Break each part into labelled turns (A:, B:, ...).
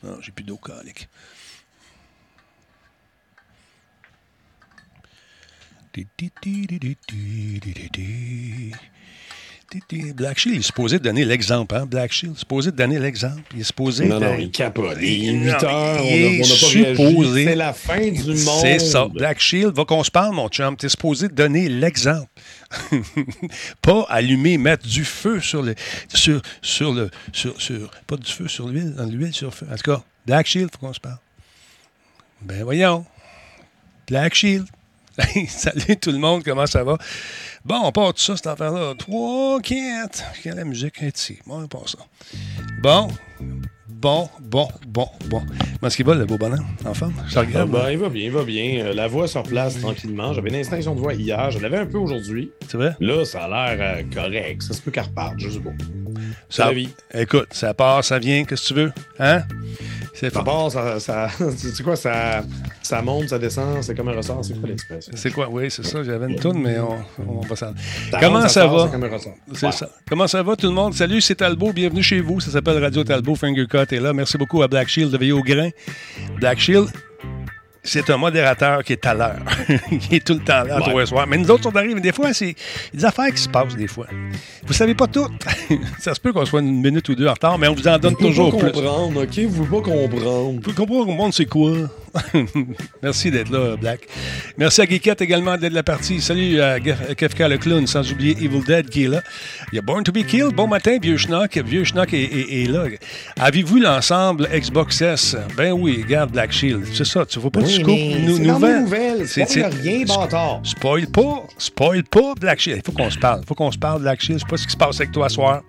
A: Non, j'ai plus d'eau calique. Black Shield, il est supposé donner l'exemple, hein? Black Shield, il est supposé donner l'exemple. Il est supposé...
B: Non, il capote. Il est 8 heures, on n'a pas réagi. C'est la fin du monde.
A: C'est ça. Black Shield, va qu'on se parle, mon chum. T'es supposé donner l'exemple. Pas allumer, mettre du feu sur le... pas du feu sur l'huile, dans l'huile sur le feu. En tout cas, Black Shield, faut qu'on se parle. Ben voyons. Black Shield. Salut tout le monde, comment ça va? Bon, on part tout ça, cette affaire-là. 3, 4. La musique est ici. Bon, on part ça. Bon. Comment est-ce qu'il va, le beau bonhomme, en forme?
B: Il va bien. La voix se replace tranquillement. J'avais une extinction de voix hier. Je l'avais un peu aujourd'hui.
A: C'est vrai?
B: Là, ça a l'air correct. Ça se peut qu'elle reparte, je sais pas. C'est la vie.
A: Écoute, ça part, ça vient, qu'est-ce que tu veux? Hein?
B: Ça part, c'est quoi, ça monte, ça descend, c'est comme un ressort. C'est quoi l'expression?
A: C'est quoi? Oui, c'est ça. J'avais une toune, mais on va s'en... Comment ça va?
B: C'est comme un ressort.
A: C'est ça. Comment ça va, tout le monde? Salut, c'est Talbot. Bienvenue chez vous. Ça s'appelle Radio Talbot. Fingercut est là. Merci beaucoup à Black Shield de veiller au grain. Black Shield, c'est un modérateur qui est à l'heure. Il est tout le temps là, tous les soirs. Mais nous autres, on arrive. Des fois, c'est des affaires qui se passent, des fois. Vous savez pas tout. Ça se peut qu'on soit une minute ou deux en retard, mais on vous en donne toujours plus.
B: Vous comprendre, OK? Vous pouvez pas comprendre.
A: Vous comprendre, c'est quoi? Merci d'être là, Black. Merci à Geekette également d'être la partie. Salut à Kefka le clown, sans oublier Evil Dead qui est là. Il y a Born to be Killed. Bon matin, Vieux Schnock. Vieux Schnock est là. Avez-vous l'ensemble Xbox S? Ben oui, regarde Black Shield. C'est ça, tu vois pas du scoop
B: nouvelle. C'est rien, bâtard.
A: Spoil pas Black Shield. Il faut qu'on se parle, Black Shield. Je sais pas ce qui se passe avec toi ce soir.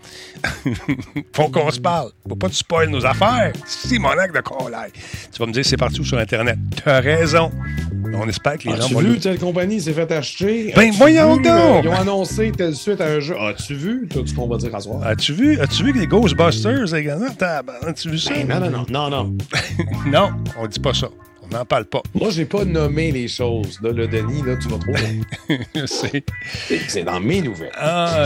A: Faut qu'on se parle. Faut pas que tu spoil nos affaires. C'est mon acte de collègue. Tu vas me dire c'est partout sur Internet. T'as raison. On espère que les gens vont...
B: As-tu vu, telle compagnie s'est fait acheter?
A: Ben, voyons donc!
B: Ils ont annoncé telle suite à un jeu. As-tu vu? Tout ce qu'on va dire à soir.
A: As-tu vu que les Ghostbusters également? As-tu vu ça?
B: Ben, non.
A: Non, on dit pas ça. On n'en parle pas.
B: Moi, j'ai pas nommé les choses. Là, le Denis, là, tu vas trouver.
A: Je sais.
B: C'est dans mes nouvelles.
A: Ah,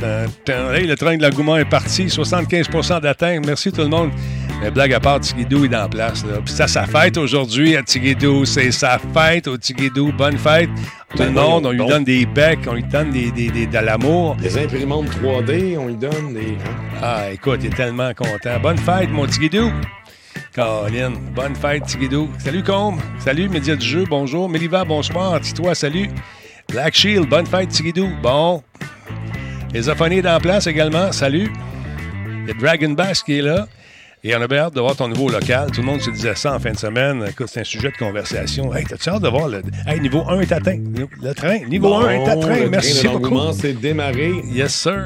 A: le train de l'engouement est parti. 75% d'atteinte. Merci tout le monde. Mais blague à part, Tigidou est dans la place. Là. Puis c'est sa fête aujourd'hui à Tigidou. C'est sa fête au Tigidou. Bonne fête. Tout le monde, on lui donne des becs, on lui donne de l'amour.
B: Des imprimantes 3D, on lui donne des...
A: Ah, écoute, il est tellement content. Bonne fête, mon Tigidou. Caroline, bonne fête, Tigidou. Salut, Combe. Salut, Média du jeu, bonjour. Méliva, bonsoir. Titois, salut. Black Shield, bonne fête, Tigidou. Bon. Les Aphonies dans la place également, salut. Il y a Dragon Bass qui est là. Et on a bien hâte de voir ton nouveau local. Tout le monde se disait ça en fin de semaine. Écoute, c'est un sujet de conversation. Hey, t'as-tu hâte de voir le... Hey, niveau 1 est atteint. Le train, niveau 1 est atteint. Merci beaucoup.
B: C'est démarré.
A: Yes, sir.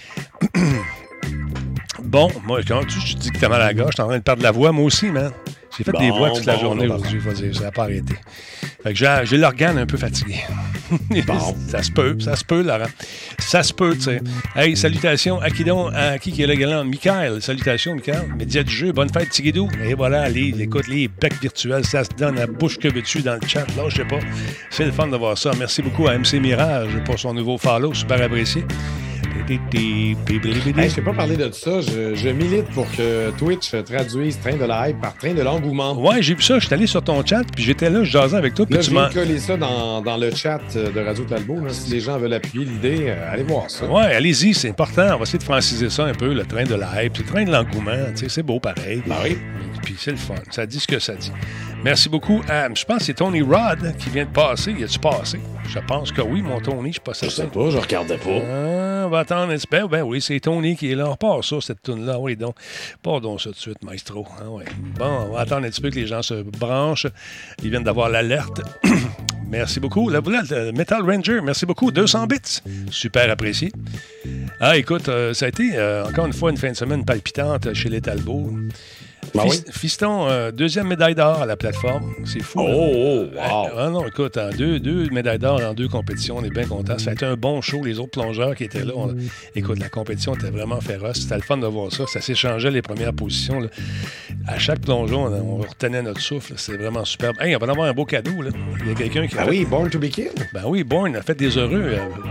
A: Bon, moi, quand tu dis que t'as mal à la gorge, t'es en train de perdre la voix, moi aussi, man. J'ai fait des voix toute la journée aujourd'hui, il faut dire, ça n'a pas arrêté. Fait que j'ai l'organe un peu fatigué. Bon. Ça se peut, Laurent. Ça se peut, tu sais. Hey, salutations à qui est là, galant? Michael, salutations, Michael. Média du jeu, bonne fête, Tigidou. Et voilà, écoute, les becs virtuels, ça se donne à bouche que veux-tu dans le chat. Là, je sais pas. C'est le fun de voir ça. Merci beaucoup à MC Mirage pour son nouveau follow, super apprécié.
B: Hey, je ne vais pas parler de ça. Je milite pour que Twitch traduise Train de la Hype par Train de l'engouement.
A: Ouais, j'ai vu ça. Je suis allé sur ton chat, puis j'étais là, je jasais avec toi. Puis
B: là, j'ai collé ça dans le chat de Radio Talbot. Là. Si les gens veulent appuyer l'idée, allez voir ça.
A: Ouais, allez-y, c'est important. On va essayer de franciser ça un peu, le Train de la Hype. C'est le Train de l'engouement. C'est beau pareil.
B: Ben oui.
A: Puis c'est le fun. Ça dit ce que ça dit. Merci beaucoup. Je pense que c'est Tony Rod qui vient de passer. Y a-tu passé? Je pense que oui, mon Tony. Je suis pas certain.
B: Je sais pas, je regardais pas.
A: On va attendre un petit peu. Ben oui, c'est Tony qui est là. On part ça, cette toune-là. Oui, donc. Pardon ça tout de suite, maestro. Ah, ouais. Bon, on va attendre un petit peu que les gens se branchent. Ils viennent d'avoir l'alerte. Merci beaucoup. Là, voilà, Metal Ranger, merci beaucoup. 200 bits. Super apprécié. Ah, écoute, ça a été, encore une fois, une fin de semaine palpitante chez les Talbot.
B: Ben oui.
A: Fiston, deuxième médaille d'or à la plateforme. C'est fou.
B: Oh, wow.
A: Ah non, écoute, deux médailles d'or en 2 compétitions, on est bien contents. Ça a été un bon show. Les autres plongeurs qui étaient là, écoute, la compétition était vraiment féroce. C'était le fun de voir ça. Ça s'échangeait les premières positions. Là. À chaque plongeon, on retenait notre souffle. C'est vraiment superbe. Hey, on va avoir un beau cadeau. Là. Il y a quelqu'un qui a
B: oui, Born to be Killed.
A: Ben oui, Born a fait des heureux.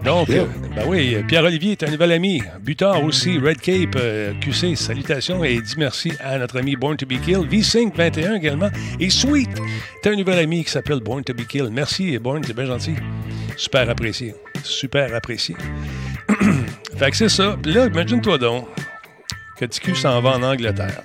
A: Donc, ben oui, Pierre-Olivier est un nouvel ami. Butor aussi, Red Cape, QC, salutations et dit merci à notre ami Born to be Killed. V-Sync 21 également. Et Sweet, t'as un nouvel ami qui s'appelle Born to be Killed. Merci, Born, c'est bien gentil. Super apprécié. Super apprécié. Fait que c'est ça. Puis là, imagine-toi donc que TQ s'en va en Angleterre.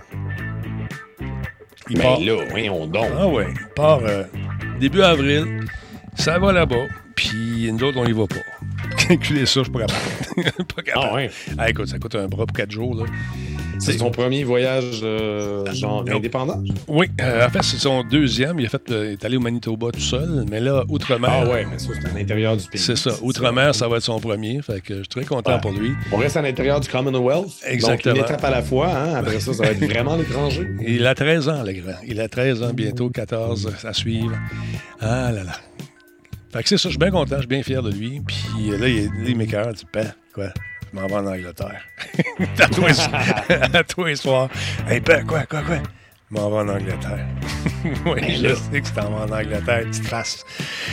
B: Il part là, voyons donc.
A: Ah ouais, il part début avril. Ça va là-bas. Puis nous autres, on y va pas. Calculer ça, je suis pas capable. Pas capable.
B: Ah ouais?
A: Ah, écoute, ça coûte un bras pour 4 jours. Là.
B: C'est son premier voyage genre indépendant?
A: Oui, en fait, c'est son deuxième. Il est allé au Manitoba tout seul, mais là, Outre-mer...
B: Ah ouais, mais ça, c'est à l'intérieur du pays.
A: C'est ça. Outre-mer, ça va être son premier. Fait que je suis très content pour lui.
B: On reste à l'intérieur du Commonwealth.
A: Exactement.
B: Donc, une étape à la fois. Hein? Après ça va être vraiment l'étranger.
A: Il a 13 ans, le grand. Il a 13 ans, bientôt 14 à suivre. Ah là là. Fait que c'est ça, je suis bien content, je suis bien fier de lui. Puis là, il m'écœure, tu sais, quoi? Je m'en vais en Angleterre. À tous les soirs. Hey, ben, quoi? Je m'en vais en Angleterre. Oui, ben, je sais que tu t'en vas en Angleterre, petite face.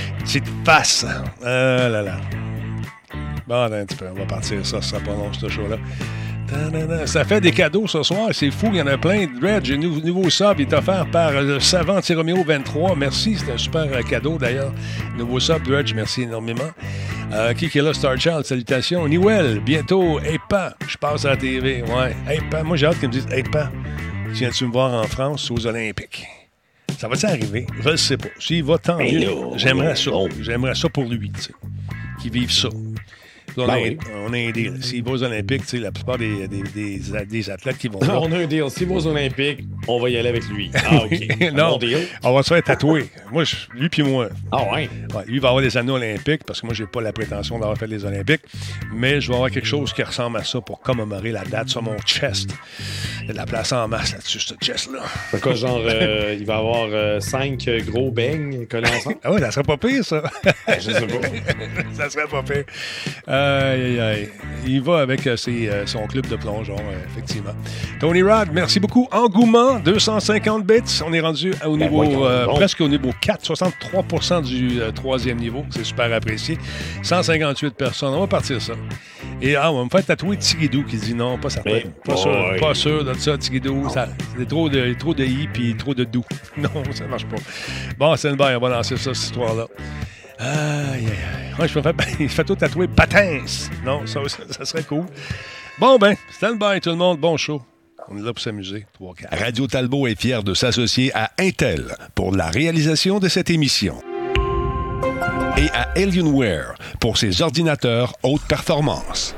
A: Ah là là. Bon, attends un petit peu, on va partir ça sera pas long, ce show-là. Ça fait des cadeaux ce soir, c'est fou, il y en a plein. Dredge, nouveau sub, il est offert par le savant Romeo 23. Merci, c'est un super cadeau d'ailleurs. Nouveau sub, Dredge, merci énormément. Qui est là, Star Child, salutations. Newell, bientôt, Epa, je passe à la TV. Ouais, Epa, moi j'ai hâte qu'ils me disent Epa, viens-tu me voir en France aux Olympiques? Ça va-tu arriver? Je ne sais pas. S'il va tant mieux, j'aimerais ça. J'aimerais ça pour lui, tu sais, qu'il vive ça. On a un deal. S'il va aux Olympiques, la plupart des athlètes qui vont là.
B: On a un deal. S'il va aux Olympiques, on va y aller avec lui. Ah, OK.
A: Non,
B: bon deal.
A: On va se faire tatouer. Moi, lui puis moi.
B: Ah ouais?
A: Lui va avoir des anneaux olympiques parce que moi, j'ai pas la prétention d'avoir fait les Olympiques. Mais je vais avoir quelque chose qui ressemble à ça pour commémorer la date sur mon chest. Il y a de la place en masse là-dessus, ce chest-là.
B: C'est quoi, genre, il va avoir 5 gros beignes collés ensemble?
A: Ah oui, ça serait pas pire, ça.
B: Je sais pas.
A: Ça serait pas pire. Aïe. Il va avec son club de plongeon, effectivement. Tony Rod, merci beaucoup. Engouement, 250 bits. On est rendu au niveau, presque au niveau 4, 63% du troisième niveau. C'est super apprécié. 158 personnes. On va partir ça. Et on va me faire tatouer Tigidou qui dit non, pas certain. Pas sûr de ça, Tigidou. C'est trop de i puis trop de doux. Non, ça marche pas. Bon, c'est une balle. On va lancer ça, cette histoire-là. Aïe. Ouais, je fais tout tatouer Patins. Non, ça serait cool. Bon, stand by tout le monde. Bon show. On est là pour s'amuser. 3-4.
C: Radio Talbot est fier de s'associer à Intel pour la réalisation de cette émission. Et à Alienware pour ses ordinateurs haute performance.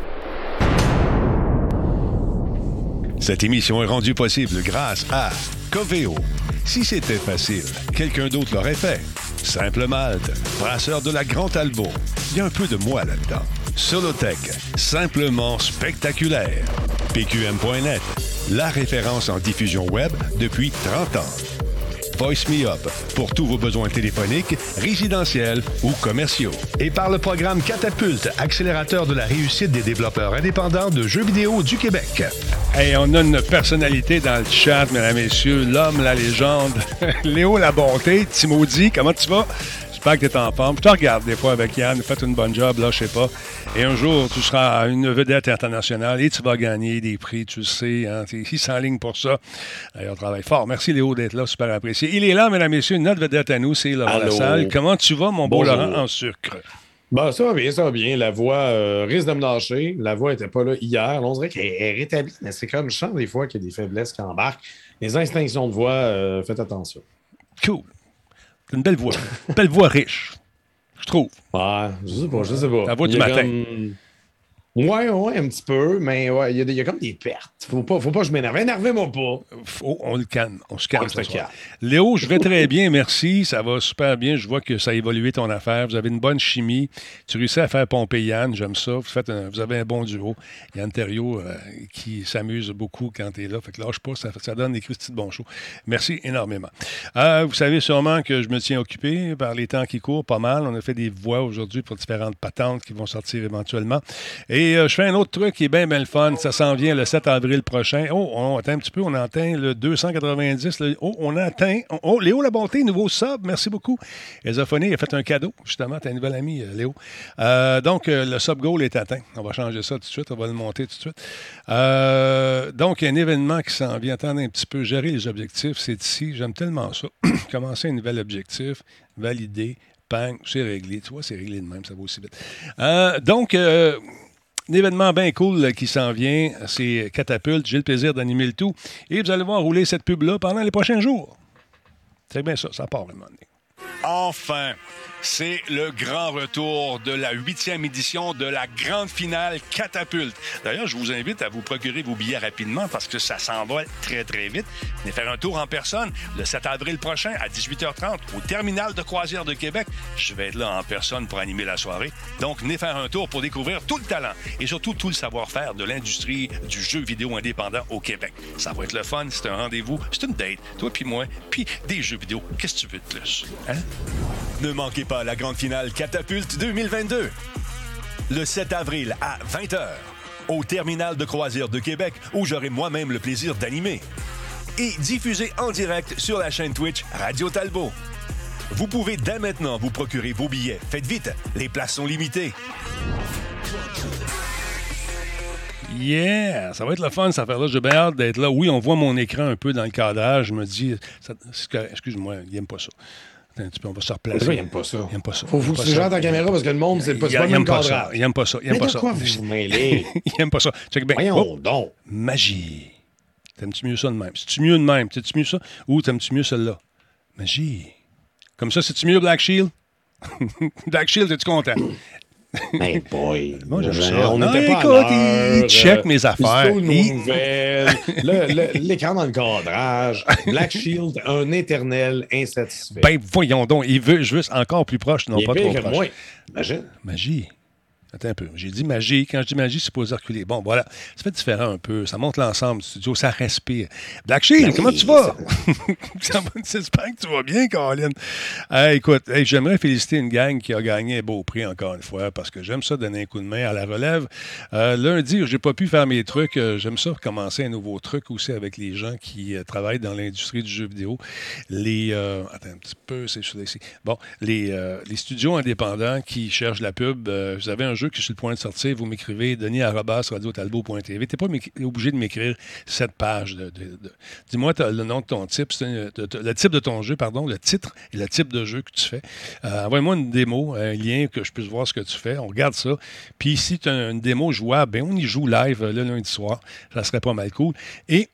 C: Cette émission est rendue possible grâce à Coveo. Si c'était facile, quelqu'un d'autre l'aurait fait. Simple Malte, brasseur de la Grande Talbot. Il y a un peu de moi là-dedans. Solotech, simplement spectaculaire. PQM.net, la référence en diffusion web depuis 30 ans. Voice Me Up, pour tous vos besoins téléphoniques, résidentiels ou commerciaux. Et par le programme Catapulte, accélérateur de la réussite des développeurs indépendants de jeux vidéo du Québec.
A: Hey, on a une personnalité dans le chat, mesdames et messieurs, l'homme, la légende, Léo la bonté, Timothy, comment tu vas? J'espère que tu es en forme. Je te regarde des fois avec Yann, faites une bonne job, là, je sais pas. Et un jour, tu seras une vedette internationale et tu vas gagner des prix, tu le sais. Hein, il s'enligne pour ça. D'ailleurs, on travaille fort. Merci Léo d'être là, super apprécié. Il est là, mesdames et messieurs, notre vedette à nous, c'est Laurent Lassalle. Comment tu vas, mon beau Laurent, en sucre?
B: Ça va bien. La voix risque de me lâcher. La voix n'était pas là hier. Là, on dirait qu'elle est rétablie, mais c'est comme je sens des fois qu'il y a des faiblesses qui embarquent. Les instinctions de voix, faites attention.
A: Cool. C'est une belle voix. Une belle voix riche, je trouve.
B: Ouais, je sais pas.
A: La voix du matin.
B: Ouais, un petit peu, mais ouais, il y a comme des pertes. Faut pas que je m'énerve. Énervez-moi pas.
A: On le calme. On se calme. Léo, je vais très bien, merci. Ça va super bien. Je vois que ça a évolué ton affaire. Vous avez une bonne chimie. Tu réussis à faire pomper Yann. J'aime ça. Vous avez un bon duo. Yann Terriot qui s'amuse beaucoup quand tu es là. Fait que lâche pas. Ça donne des Christy de bon show. Merci énormément. Vous savez sûrement que je me tiens occupé par les temps qui courent pas mal. On a fait des voix aujourd'hui pour différentes patentes qui vont sortir éventuellement. Et Et je fais un autre truc qui est bien le fun. Ça s'en vient le 7 avril prochain. Oh, on attend un petit peu. On a atteint le 290. On a atteint... Oh, Léo La Bonté, nouveau sub. Merci beaucoup. Elzaphonie a fait un cadeau, justement. T'as un nouvel ami, Léo. Donc, le sub goal est atteint. On va changer ça tout de suite. On va le monter tout de suite. Donc, il y a un événement qui s'en vient. Attendez un petit peu. Gérer les objectifs, c'est ici. J'aime tellement ça. Commencer un nouvel objectif. Valider. Bang, c'est réglé. Tu vois, c'est réglé de même. Ça va aussi vite. Donc... un événement bien cool qui s'en vient, c'est Catapulte. J'ai le plaisir d'animer le tout. Et vous allez voir rouler cette pub-là pendant les prochains jours. C'est bien ça part à un moment donné.
C: Enfin, c'est le grand retour de la 8e édition de la grande finale Catapulte. D'ailleurs, je vous invite à vous procurer vos billets rapidement parce que ça s'envole très, très vite. Venez faire un tour en personne le 7 avril prochain à 18h30 au terminal de croisière de Québec. Je vais être là en personne pour animer la soirée. Donc, venez faire un tour pour découvrir tout le talent et surtout tout le savoir-faire de l'industrie du jeu vidéo indépendant au Québec. Ça va être le fun, c'est un rendez-vous, c'est une date, toi puis moi, puis des jeux vidéo. Qu'est-ce que tu veux de plus? Hein?
D: Ne manquez pas la grande finale Catapulte 2022. Le 7 avril à 20h, au terminal de croisière de Québec, où j'aurai moi-même le plaisir d'animer. Et diffusé en direct sur la chaîne Twitch Radio Talbot. Vous pouvez dès maintenant vous procurer vos billets. Faites vite, les places sont limitées.
A: Yeah! Ça va être le fun, cette affaire-là. J'ai bien hâte d'être là. Oui, on voit mon écran un peu dans le cadrage. Je me dis... excuse-moi, il n'aime pas ça. Un petit peu, on va se replacer.
B: Il n'aime pas ça.
A: Il n'aime pas ça.
B: Faut que tu gères ta caméra parce que le monde, c'est pas le même cadrage.
A: Il n'aime pas ça. Il n'aime pas ça.
B: Quoi vous vous mêlez?
A: Il n'aime pas ça. Check bien.
B: Voyons donc.
A: Magie. T'aimes-tu mieux ça de même? C'est-tu mieux de même? T'aimes-tu mieux ça? Ou t'aimes-tu mieux celle-là? Magie. Comme ça, c'est-tu mieux Black Shield? Black Shield, es-tu content?
B: Hey boy.
A: Moi, j'aime ça.
B: On
A: non,
B: était pas
A: écoute,
B: à l'heure,
A: il check mes affaires.
B: L'écran dans le cadrage. Black Shield, un éternel insatisfait.
A: Ben, voyons donc. Il veut juste encore plus proche, non
B: il
A: pas
B: est
A: trop
B: pire
A: proche.
B: que moi. Imagine.
A: Magie. Attends un peu. J'ai dit magie. Quand je dis magie, c'est pas reculer. Bon, voilà. Ça fait différent un peu. Ça monte l'ensemble du studio. Ça respire. Black Shield, ben comment tu vas? J'espère que tu vas bien, Colin. Écoute, j'aimerais féliciter une gang qui a gagné un beau prix encore une fois parce que j'aime ça donner un coup de main à la relève. Lundi, j'ai pas pu faire mes trucs. J'aime ça recommencer un nouveau truc aussi avec les gens qui travaillent dans l'industrie du jeu vidéo. Attends un petit peu, c'est ici. Bon, les studios indépendants qui cherchent la pub. Vous avez un jeu qui est sur le point de sortir, vous m'écrivez denis@radiotalbot.tv. Tu n'es pas obligé de m'écrire cette page. Dis-moi le nom de ton type, le type de ton jeu, pardon, le titre et le type de jeu que tu fais. Envoie-moi une démo, un lien que je puisse voir ce que tu fais. On regarde ça. Puis si tu as une démo jouable, ben on y joue live le lundi soir. Ça serait pas mal cool. Et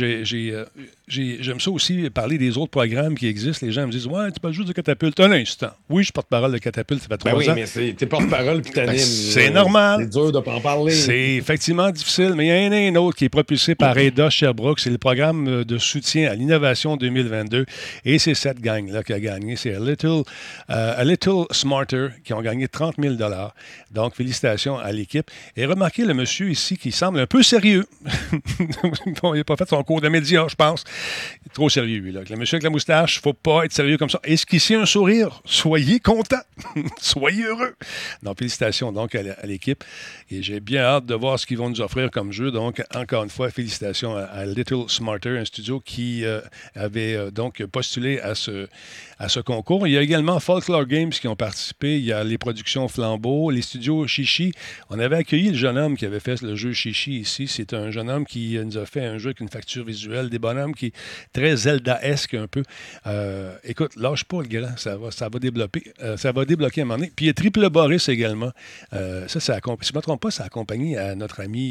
A: j'aime ça aussi parler des autres programmes qui existent. Les gens me disent « Ouais, tu peux jouer de Catapulte. » Un instant. Oui, je suis porte-parole de Catapulte, ça fait 3 ans.
B: Oui, mais t'es porte-parole puis t'animes.
A: C'est normal.
B: C'est dur de pas en parler.
A: C'est effectivement difficile, mais il y en a un autre qui est propulsé par Ada Sherbrooke. C'est le programme de soutien à l'innovation 2022. Et c'est cette gang-là qui a gagné. C'est A Little Smarter qui ont gagné 30 000 $. Donc, félicitations à l'équipe. Et remarquez le monsieur ici qui semble un peu sérieux. Bon, il n'a pas fait son cours de médias, je pense. Il est trop sérieux, lui. Là. Le monsieur avec la moustache, il ne faut pas être sérieux comme ça. Est-ce qu'ici, un sourire? Soyez content. Soyez heureux. Donc, félicitations donc à l'équipe. Et j'ai bien hâte de voir ce qu'ils vont nous offrir comme jeu. Donc, encore une fois, félicitations à Little Smarter, un studio qui avait donc postulé à ce concours. Il y a également Folklore Games qui ont participé. Il y a les productions Flambeau, les studios Chichi. On avait accueilli le jeune homme qui avait fait le jeu Chichi ici. C'est un jeune homme qui nous a fait un jeu avec une facture visuelle, des bonhommes qui est très Zelda-esque un peu. Écoute, lâche pas le grand. Ça va débloquer. Ça va débloquer à un moment donné. Puis il y a Triple Boris également. Si je ne me trompe pas, ça accompagné à notre ami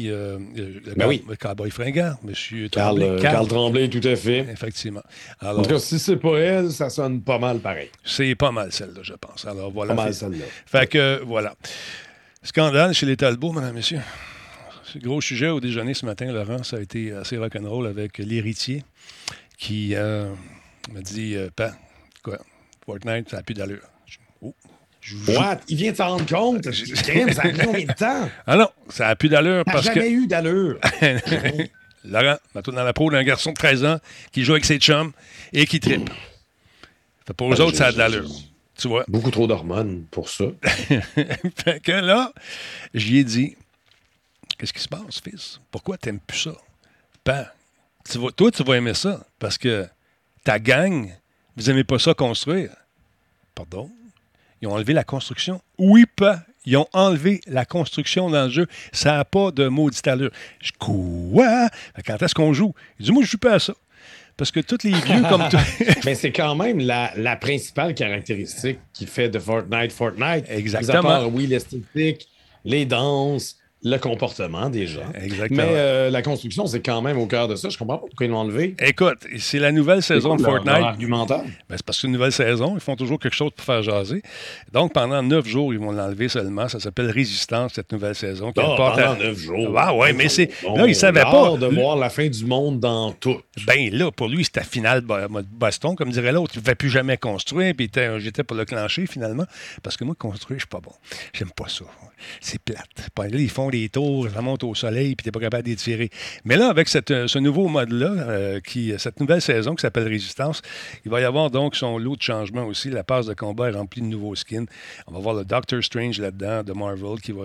A: le Cowboy Fringant, M.
B: Carl Tremblay, tout à fait.
A: Effectivement.
B: Alors, en tout cas, si c'est pas elle, ça sonne pas mal pareil.
A: C'est pas mal celle-là, je pense. Alors voilà.
B: Pas mal celle-là.
A: Fait que voilà. Scandale chez les Talbot, mesdames et messieurs. C'est gros sujet au déjeuner ce matin, Laurent. Ça a été assez rock'n'roll avec l'héritier qui m'a dit quoi, Fortnite, ça n'a plus d'allure.
B: What? Il vient de s'en rendre compte? Ça a pris combien de temps?
A: Ah non, ça n'a plus d'allure parce que...
B: jamais eu d'allure.
A: Laurent, mets-toi dans la peau d'un garçon de 13 ans qui joue avec ses chums et qui trippe. Pour eux autres, ça a de l'allure. Tu vois?
B: Beaucoup trop d'hormones pour ça.
A: Fait que là, j'y ai dit, Qu'est-ce qui se passe, fils? Pourquoi t'aimes plus ça? Ben, toi, tu vas aimer ça parce que ta gang, vous n'aimez pas ça construire. Pardon? Ils ont enlevé la construction? Oui, pas. Ils ont enlevé la construction dans le jeu. Ça n'a pas de maudite allure. Quoi? Quand est-ce qu'on joue? Il dit, moi, je ne joue pas à ça. Parce que tous les vieux comme toi.
B: Mais c'est quand même la principale caractéristique qui fait de Fortnite.
A: Exactement.
B: À part, oui, l'esthétique, les danses, le comportement des gens.
A: Exactement.
B: Mais la construction, c'est quand même au cœur de ça. Je comprends pas pourquoi ils l'ont enlevé.
A: Écoute, c'est la nouvelle saison de Fortnite.
B: Argumentaire.
A: Ben, c'est parce que c'est une nouvelle saison. Ils font toujours quelque chose pour faire jaser. Donc, pendant 9 jours, ils vont l'enlever seulement. Ça s'appelle Résistance, cette nouvelle saison.
B: Pendant 9 jours.
A: Ah ouais, mais c'est... Là, ils ne savaient pas.
B: De voir la fin du monde dans tout.
A: Ben là, pour lui, c'était finale baston, comme dirait l'autre. Il ne pouvait plus jamais construire. Puis j'étais pour le clencher, finalement. Parce que moi, construire, je suis pas bon. J'aime pas ça. C'est plate. Puis là, ils font des tours, ça monte au soleil, puis tu n'es pas capable d'étirer. Mais là, avec ce nouveau mode-là, cette nouvelle saison qui s'appelle Résistance, il va y avoir donc son lot de changements aussi. La passe de combat est remplie de nouveaux skins. On va voir le Doctor Strange là-dedans, de Marvel, qui va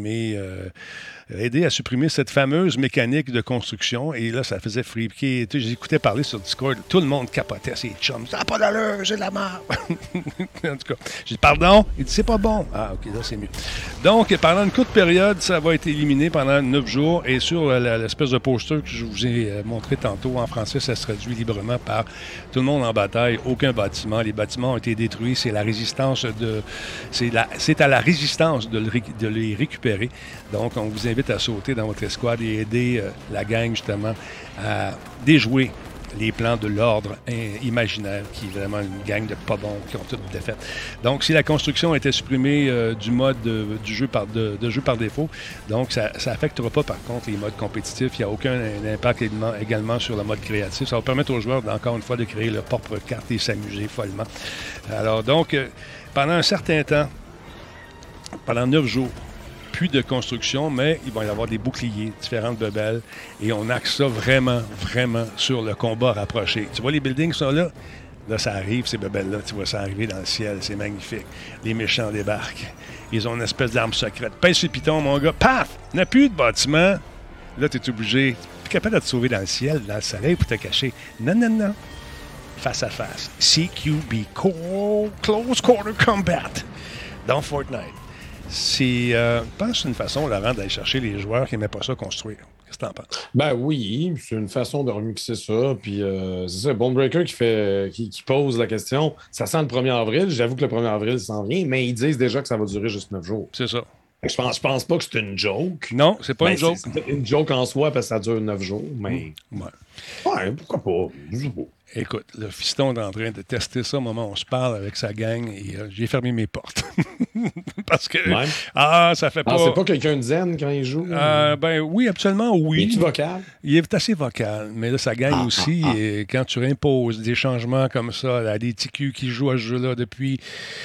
A: aider à supprimer cette fameuse mécanique de construction. Et là, ça faisait friper. J'écoutais parler sur Discord. Tout le monde capotait ses chums. Ça n'a pas d'allure, j'ai de la merde. En tout cas, j'ai dit pardon. Il dit c'est pas bon. Ah, OK, là, c'est mieux. Donc, pendant une courte période, ça va être éliminé pendant 9 jours. Et sur l'espèce de poster que je vous ai montré tantôt en français, ça se traduit librement par tout le monde en bataille, aucun bâtiment. Les bâtiments ont été détruits. C'est la résistance c'est à la résistance de les récupérer. Donc, on vous invite à sauter dans votre escouade et aider la gang, justement, à déjouer les plans de l'ordre imaginaire, qui est vraiment une gang de pas bons qui ont toutes défaites. Donc, si la construction était supprimée du mode du jeu par défaut, donc ça n'affectera pas, par contre, les modes compétitifs. Il n'y a aucun impact également sur le mode créatif. Ça va permettre aux joueurs, encore une fois, de créer leur propre carte et s'amuser follement. Alors, donc, pendant un certain temps, pendant 9 jours, plus de construction, mais il va y avoir des boucliers, différentes bebelles, et on axe ça vraiment, vraiment sur le combat rapproché. Tu vois, les buildings sont là. Là, ça arrive, ces bebelles-là. Tu vois ça arriver dans le ciel. C'est magnifique. Les méchants débarquent. Ils ont une espèce d'arme secrète. Pèse sur piton, mon gars. Paf! Il n'y a plus de bâtiment. Là, tu es obligé. Tu es capable de te sauver dans le ciel, dans le soleil, pour te cacher. Non, non, non. Face à face. CQB. Close Quarter Combat. Dans Fortnite. C'est, je pense que c'est une façon, Laurent, d'aller chercher les joueurs qui n'aimaient pas ça construire. Qu'est-ce que tu en penses?
B: Ben oui, c'est une façon de remixer ça. Puis c'est ça, Bonebreaker qui pose la question. Ça sent le 1er avril. J'avoue que le 1er avril s'en vient, mais ils disent déjà que ça va durer juste 9 jours.
A: C'est ça.
B: Je pense pas que c'est une joke.
A: Non, c'est pas une joke.
B: C'est une joke en soi parce que ça dure 9 jours, mais... Ouais, pourquoi pas? Je sais pas.
A: Écoute, le fiston est en train de tester ça au moment où on se parle avec sa gang et j'ai fermé mes portes. Parce que, ça fait pas...
B: c'est pas quelqu'un de zen quand il joue?
A: Ben oui, absolument, oui.
B: Es-tu vocal?
A: Il est assez vocal, mais là, sa gang aussi, et quand tu imposes des changements comme ça à des TQ qui jouent à ce jeu-là depuis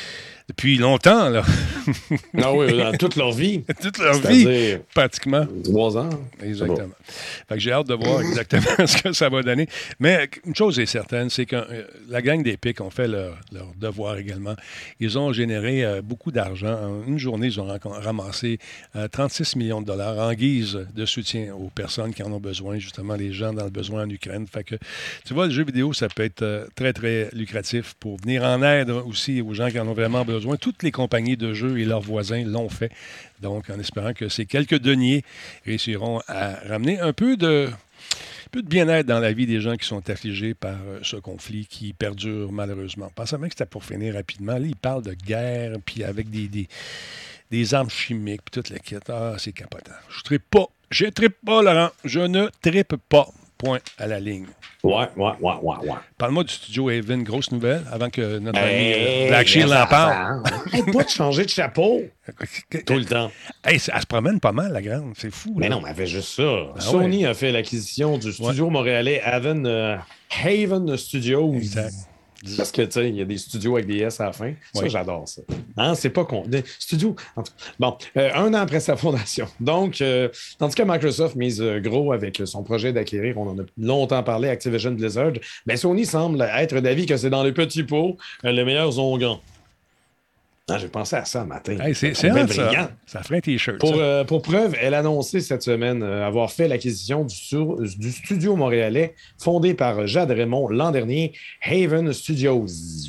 A: longtemps, là.
B: Ah oui, dans toute leur vie.
A: Toute leur vie, pratiquement.
B: 3 ans.
A: Exactement. Bon. Fait que j'ai hâte de voir exactement ce que ça va donner. Mais une chose est certaine, c'est que la gang d'Epic ont fait leur devoir également. Ils ont généré beaucoup d'argent. En une journée, ils ont ramassé 36 millions de dollars en guise de soutien aux personnes qui en ont besoin, justement les gens dans le besoin en Ukraine. Fait que, tu vois, le jeu vidéo, ça peut être très, très lucratif pour venir en aide aussi aux gens qui en ont vraiment besoin. Toutes les compagnies de jeux et leurs voisins l'ont fait. Donc, en espérant que ces quelques deniers réussiront à ramener un peu de bien-être dans la vie des gens qui sont affligés par ce conflit qui perdure malheureusement. Pensez bien que c'était pour finir rapidement. Là, ils parlent de guerre, puis avec des armes chimiques, puis toute la quête. Ah, c'est capotant. Je trippe pas, Laurent. Je ne trippe pas. Point à la ligne.
B: Ouais.
A: Parle-moi du studio Haven, grosse nouvelle, avant que notre ami Black Shield en parle.
B: Pas de changer de chapeau. Tout le temps.
A: Elle se promène pas mal, la grande. C'est fou.
B: Mais
A: là.
B: non, mais elle fait juste ça. Sony a fait l'acquisition du studio montréalais Haven Studios.
A: Exact.
B: Parce que, tu sais, il y a des studios avec des S à la fin. Ça, j'adore ça. Hein? C'est pas con. Studio. Bon, 1 an après sa fondation. Donc, tandis que Microsoft mise gros avec son projet d'acquérir, on en a longtemps parlé, Activision Blizzard, bien, Sony semble être d'avis que c'est dans les petits pots les meilleurs ongans. Ah, j'ai pensé à ça un matin.
A: Hey, c'est ça. Ça ferait un T-shirt.
B: Pour preuve, elle a annoncé cette semaine avoir fait l'acquisition du studio montréalais fondé par Jade Raymond l'an dernier, Haven Studios.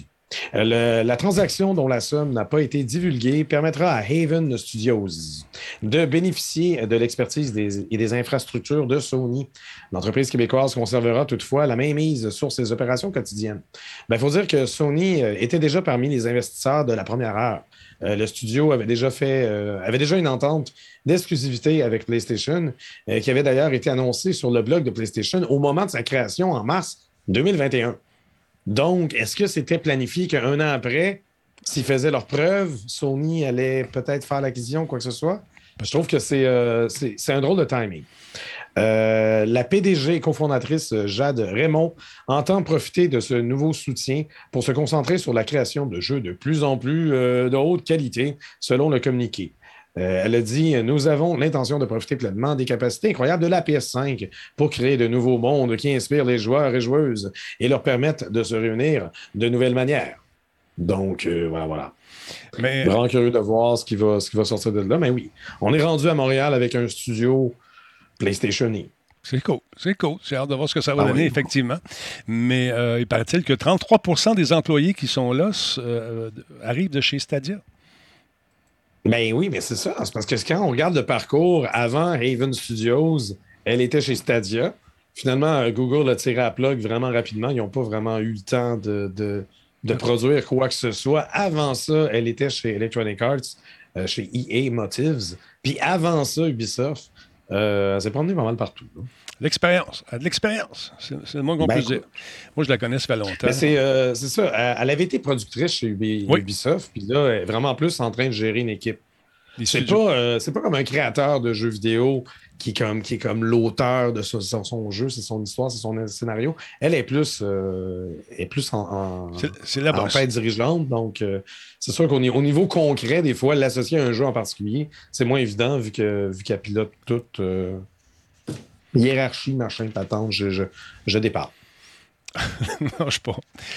B: La transaction dont la somme n'a pas été divulguée permettra à Haven Studios de bénéficier de l'expertise et des infrastructures de Sony. L'entreprise québécoise conservera toutefois la mainmise sur ses opérations quotidiennes. Il faut dire que Sony était déjà parmi les investisseurs de la première heure. Le studio avait déjà une entente d'exclusivité avec PlayStation, qui avait d'ailleurs été annoncée sur le blog de PlayStation au moment de sa création en mars 2021. Donc, est-ce que c'était planifié qu'un an après, s'ils faisaient leurs preuves, Sony allait peut-être faire l'acquisition, quoi que ce soit? Je trouve que c'est un drôle de timing. La PDG et cofondatrice Jade Raymond entend profiter de ce nouveau soutien pour se concentrer sur la création de jeux de plus en plus de haute qualité, selon le communiqué. Elle a dit « Nous avons l'intention de profiter pleinement des capacités incroyables de la PS5 pour créer de nouveaux mondes qui inspirent les joueurs et joueuses et leur permettent de se réunir de nouvelles manières. » Donc, voilà. Mais... Vraiment curieux de voir ce qui va sortir de là. Mais oui, on est rendu à Montréal avec un studio PlayStation.
A: C'est cool. J'ai hâte de voir ce que ça va donner, effectivement. Mais il paraît-il que 33% des employés qui sont là arrivent de chez Stadia.
B: Ben oui, mais c'est ça. C'est parce que quand on regarde le parcours avant Haven Studios, elle était chez Stadia. Finalement, Google a tiré à plug vraiment rapidement. Ils n'ont pas vraiment eu le temps de produire quoi que ce soit. Avant ça, elle était chez Electronic Arts, chez EA Motives. Puis avant ça, Ubisoft, elle s'est promenée pas mal partout. Là.
A: L'expérience. Elle a de l'expérience. C'est le moins qu'on peut dire. Moi, je la connais, ça fait longtemps.
B: C'est ça. Elle avait été productrice chez Ubisoft, puis là, elle est vraiment plus en train de gérer une équipe. C'est pas comme un créateur de jeux vidéo qui est comme l'auteur de son jeu, c'est son histoire, c'est son scénario. Elle est plus en paix dirigeante. Donc, c'est sûr qu'au niveau concret, des fois, l'associer à un jeu en particulier, c'est moins évident vu qu'elle pilote toute... hiérarchie, machin, patente, je départ.
A: Non, je sais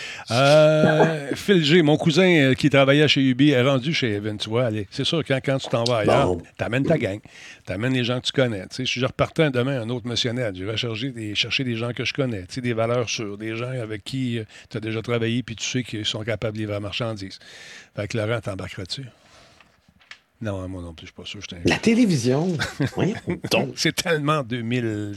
A: pas. Phil G, mon cousin qui travaillait chez Ubi, est rendu chez Evan, tu vois. Allez, c'est sûr que quand tu t'en vas ailleurs, t'amènes ta gang, t'amènes les gens que tu connais. Tu sais, si je repartais demain un autre missionnaire, je vais chercher des gens que je connais, tu sais, des valeurs sûres, des gens avec qui tu as déjà travaillé puis tu sais qu'ils sont capables de livrer la marchandise. Fait que Laurent, t'embarqueras-tu? Non, moi non plus, je suis pas sûr.
B: La télévision? Oui, donc.
A: C'est tellement 2000.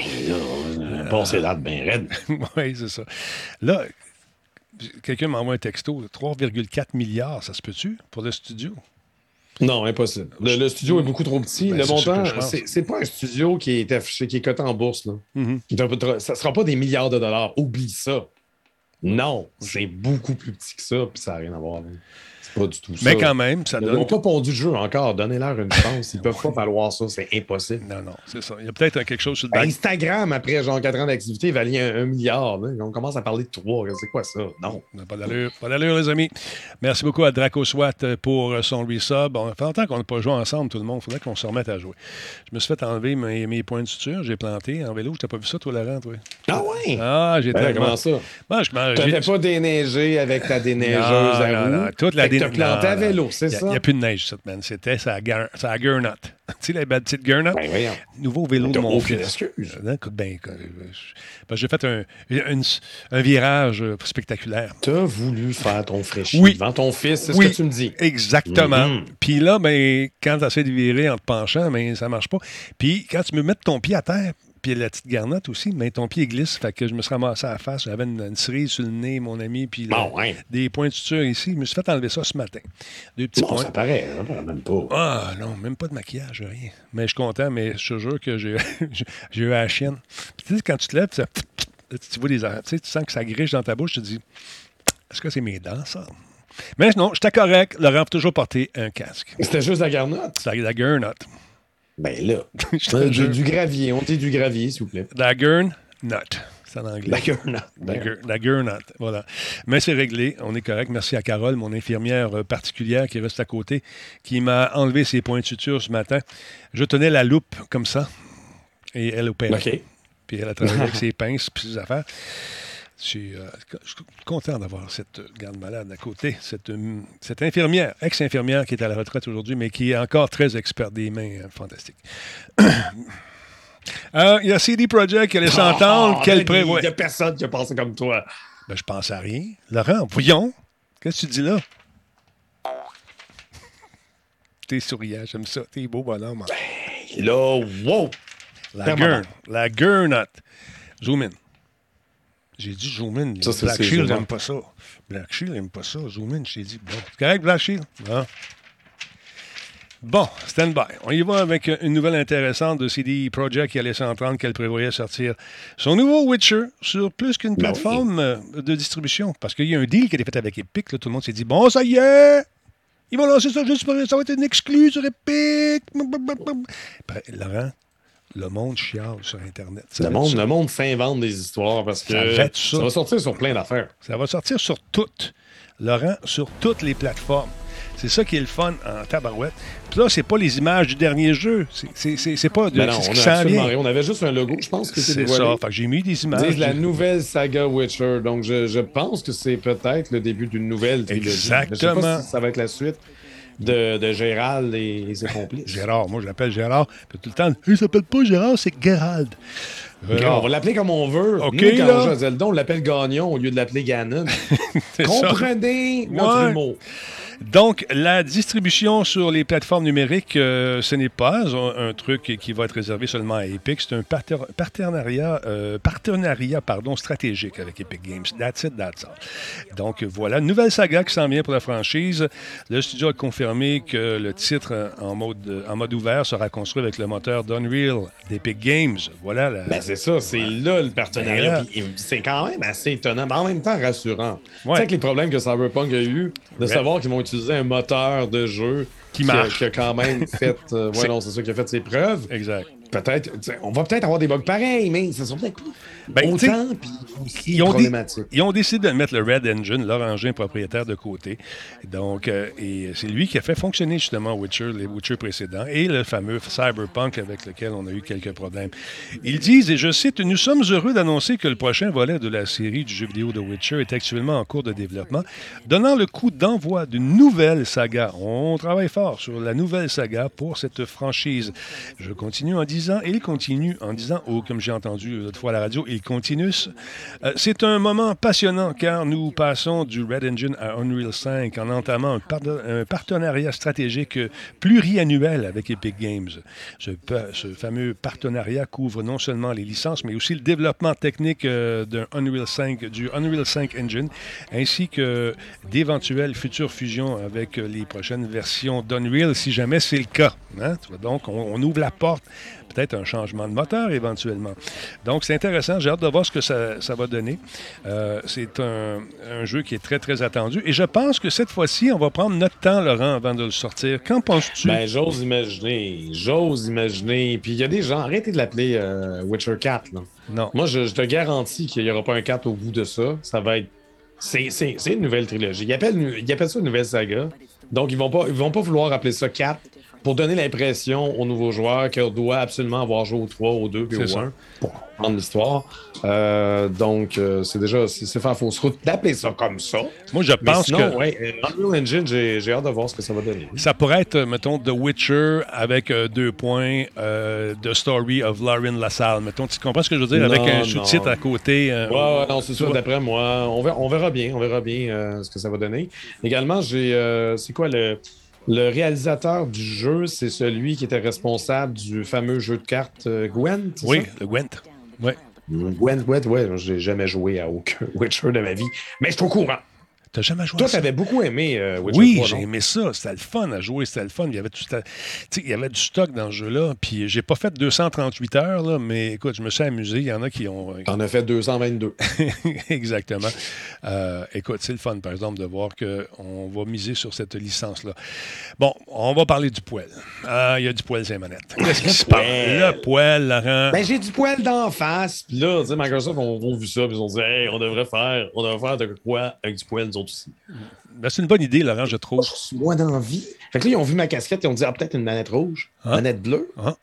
B: Passé date bien raide.
A: Oui, c'est ça. Là, quelqu'un m'envoie un texto, 3,4 milliards, ça se peut-tu, pour le studio?
B: Non, impossible. Le studio est beaucoup trop petit. Le montant, c'est pas un studio qui est affiché, qui est coté en bourse. Là. Mm-hmm. Ça ne sera pas des milliards de dollars. Oublie ça. Non, c'est beaucoup plus petit que ça, puis ça n'a rien à voir. Pas du tout ça.
A: Mais quand même, ça donne...
B: Ils n'ont pas pondu le jeu encore. Donnez-leur une chance. Ils ne peuvent pas valoir ça. C'est impossible.
A: Non, c'est ça. Il y a peut-être quelque chose sur le bac.
B: Instagram, après genre 4 ans d'activité, valait 1 milliard. Là. On commence à parler de 3. C'est quoi ça? Non.
A: Pas d'allure, les amis. Merci beaucoup à Draco Swat pour son resub. Ça fait longtemps qu'on n'a pas joué ensemble, tout le monde. Il faudrait qu'on se remette à jouer. Je me suis fait enlever mes points de suture. J'ai planté en vélo. Je n'ai pas vu ça, toi, Laurent, toi?
B: Ah ouais?
A: Ah, j'ai
B: comment ça?
A: Tu
B: n'avais pas déneigé avec ta déneigeuse à roue?
A: Non, toute la
B: tu as planté à vélo, c'est ça?
A: Il n'y a plus de neige cette semaine. C'était sa Gurnut. Tu sais, la belle petite Gurnut?
B: Ben voyons.
A: Nouveau vélo de mon fils.
B: Excuse.
A: Écoute bien. J'ai fait un virage spectaculaire.
B: Tu as voulu faire ton fraîchi devant ton fils, c'est ce que tu me dis.
A: Exactement. Puis là, quand tu essaies de virer en te penchant, ça ne marche pas. Puis quand tu me mets ton pied à terre, puis la petite garnotte aussi, mais ton pied glisse. Fait que je me suis ramassé à la face. J'avais une cerise sur le nez, mon ami, puis des points de suture ici. Je me suis fait enlever ça ce matin. 2 petits points.
B: Ça paraît, même pas.
A: Ah non, même pas de maquillage, rien. Mais je suis content, mais je te jure que j'ai eu la chienne. Puis tu sais, quand tu te lèves, tu vois des arrêts, tu sens que ça griche dans ta bouche, tu te dis, est-ce que c'est mes dents, ça? Mais non, j'étais correct. Laurent a toujours porté un casque.
B: C'était juste la garnotte?
A: C'est la Gurnut.
B: Ben là, du gravier. On dit du gravier, s'il vous plaît.
A: La Gurnut. C'est en anglais.
B: La
A: Gurnut. Voilà. Mais c'est réglé. On est correct. Merci à Carole, mon infirmière particulière qui reste à côté, qui m'a enlevé ses points de suture ce matin. Je tenais la loupe comme ça et elle opérait.
B: OK.
A: Puis elle a travaillé avec ses pinces puis ses affaires. Je suis content d'avoir cette garde malade à côté, cette infirmière, ex-infirmière qui est à la retraite aujourd'hui, mais qui est encore très experte des mains. Fantastique. Il y a CD Projekt qui allait s'entendre.
B: Il n'y a personne qui a pensé comme toi.
A: Ben, je pense à rien. Laurent, voyons. Qu'est-ce que tu dis là? T'es souriant, j'aime ça. T'es beau bonhomme.
B: Ben, là, wow!
A: La gurnot. Zoom in. J'ai dit zoom in. Black Shield n'aime pas ça. Black Shield n'aime pas ça. Zoom in, je t'ai dit. Bon, c'est correct, Black Shield? Bon, stand by. On y va avec une nouvelle intéressante de CD Projekt qui allait s'entendre qu'elle prévoyait sortir son nouveau Witcher sur plus qu'une plateforme de distribution. Parce qu'il y a un deal qui a été fait avec Epic. Là, tout le monde s'est dit, bon, ça y est! Ils vont lancer ça juste pour... Ça va être une exclue sur Epic! Laurent, le monde chiale sur Internet.
B: Le monde s'invente des histoires parce que ça va sortir sur plein d'affaires.
A: Ça va sortir sur toutes. Laurent, sur toutes les plateformes. C'est ça qui est le fun en tabarouette. Puis là, c'est pas les images du dernier jeu. C'est pas de ce qui s'en vient.
B: On avait juste un logo, je pense que
A: c'est ça. Fait que j'ai mis des images.
B: C'est la nouvelle saga Witcher. Donc, je pense que c'est peut-être le début d'une nouvelle trilogie.
A: Exactement.
B: Je sais pas si ça va être la suite de Gérald et ses complices.
A: Gérard. Moi, je l'appelle Gérard. Puis tout le temps, il s'appelle pas Gérard, c'est Gerald.
B: On va l'appeler comme on veut.
A: Okay,
B: nous, quand on joue à Zelda, on l'appelle Gagnon au lieu de l'appeler Ganon. Comprenez notre humour.
A: Donc, la distribution sur les plateformes numériques, ce n'est pas un truc qui va être réservé seulement à Epic. C'est un partenariat stratégique avec Epic Games. That's it, that's all. Donc, voilà, nouvelle saga qui s'en vient pour la franchise. Le studio a confirmé que le titre en mode ouvert sera construit avec le moteur d'Unreal d'Epic Games. Voilà.
B: C'est ça, c'est là le partenariat. C'est quand même assez étonnant, mais en même temps rassurant. Tu sais, avec les problèmes que Cyberpunk a eu, de savoir qu'ils vont utiliser un moteur de jeu qui marche. Qui a quand même fait... c'est ça qui a fait ses preuves.
A: Exact.
B: Peut-être, on va peut-être avoir des bugs pareils, mais ça sera peut-être autant, puis problématique.
A: Ils ont décidé de mettre le Red Engine, leur engin propriétaire, de côté. Donc, et c'est lui qui a fait fonctionner justement les Witcher précédents et le fameux Cyberpunk avec lequel on a eu quelques problèmes. Ils disent, et je cite, « Nous sommes heureux d'annoncer que le prochain volet de la série du jeu vidéo de Witcher est actuellement en cours de développement, donnant le coup d'envoi d'une nouvelle saga. On travaille fort sur la nouvelle saga pour cette franchise. » Je continue en disant, et il continue en disant, comme j'ai entendu l'autre fois à la radio, il continue. C'est un moment passionnant car nous passons du Red Engine à Unreal 5 en entamant un partenariat stratégique pluriannuel avec Epic Games. Ce fameux partenariat couvre non seulement les licences, mais aussi le développement technique du Unreal 5 Engine, ainsi que d'éventuelles futures fusions avec les prochaines versions d'Unreal, si jamais c'est le cas. Hein? Donc, on ouvre la porte. Peut-être un changement de moteur éventuellement. Donc, c'est intéressant. J'ai hâte de voir ce que ça va donner. C'est un jeu qui est très, très attendu. Et je pense que cette fois-ci, on va prendre notre temps, Laurent, avant de le sortir. Qu'en penses-tu?
B: J'ose imaginer. Puis il y a des gens, arrêtez de l'appeler Witcher 4. Là.
A: Non.
B: Moi, je te garantis qu'il n'y aura pas un 4 au bout de ça. Ça va être... C'est une nouvelle trilogie. Ils appellent ça une nouvelle saga. Donc, ils vont pas vouloir appeler ça 4 pour donner l'impression aux nouveaux joueurs qu'ils doivent absolument avoir joué au 3, au 2 et au 1 pour comprendre l'histoire. Donc, c'est faire fausse route d'appeler ça comme ça.
A: Moi, je pense que...
B: Unreal Engine, j'ai hâte de voir ce que ça va donner.
A: Ça pourrait être, mettons, The Witcher avec 2 points, The Story of Lauren LaSalle. Mettons, tu comprends ce que je veux dire? Avec un sous-titre à côté.
B: Non, c'est ça, d'après moi. On verra bien ce que ça va donner. Également, c'est quoi le réalisateur du jeu, c'est celui qui était responsable du fameux jeu de cartes Gwent, c'est ça?
A: Le Gwent. Oui.
B: Gwent, j'ai jamais joué à aucun Witcher de ma vie, mais je suis au courant.
A: T'as jamais joué
B: Toi,
A: à ça?
B: t'avais beaucoup aimé Witcher 3,
A: Oui,
B: non?
A: j'ai aimé ça. C'était le fun à jouer, c'était le fun. Il y avait du stock dans ce jeu-là. Puis j'ai pas fait 238 heures, là, mais écoute, je me suis amusé. Il y en a qui ont...
B: T'en as fait 222.
A: Exactement. Écoute, c'est le fun, par exemple, de voir qu'on va miser sur cette licence-là. Bon, on va parler du poêle. Il y a du poêle sur les manettes. Qu'est-ce qui se passe? Le poêle, Laurent.
B: J'ai du poêle d'en face. Puis là, tu sais, Microsoft ont vu ça. Puis ils ont dit, hey, on devrait faire de quoi avec du poêle, nous autres aussi.
A: C'est une bonne idée, Laurent, je trouve.
B: Je suis moins d'envie. Fait que là, ils ont vu ma casquette et ils ont dit, peut-être une manette rouge, manette bleue.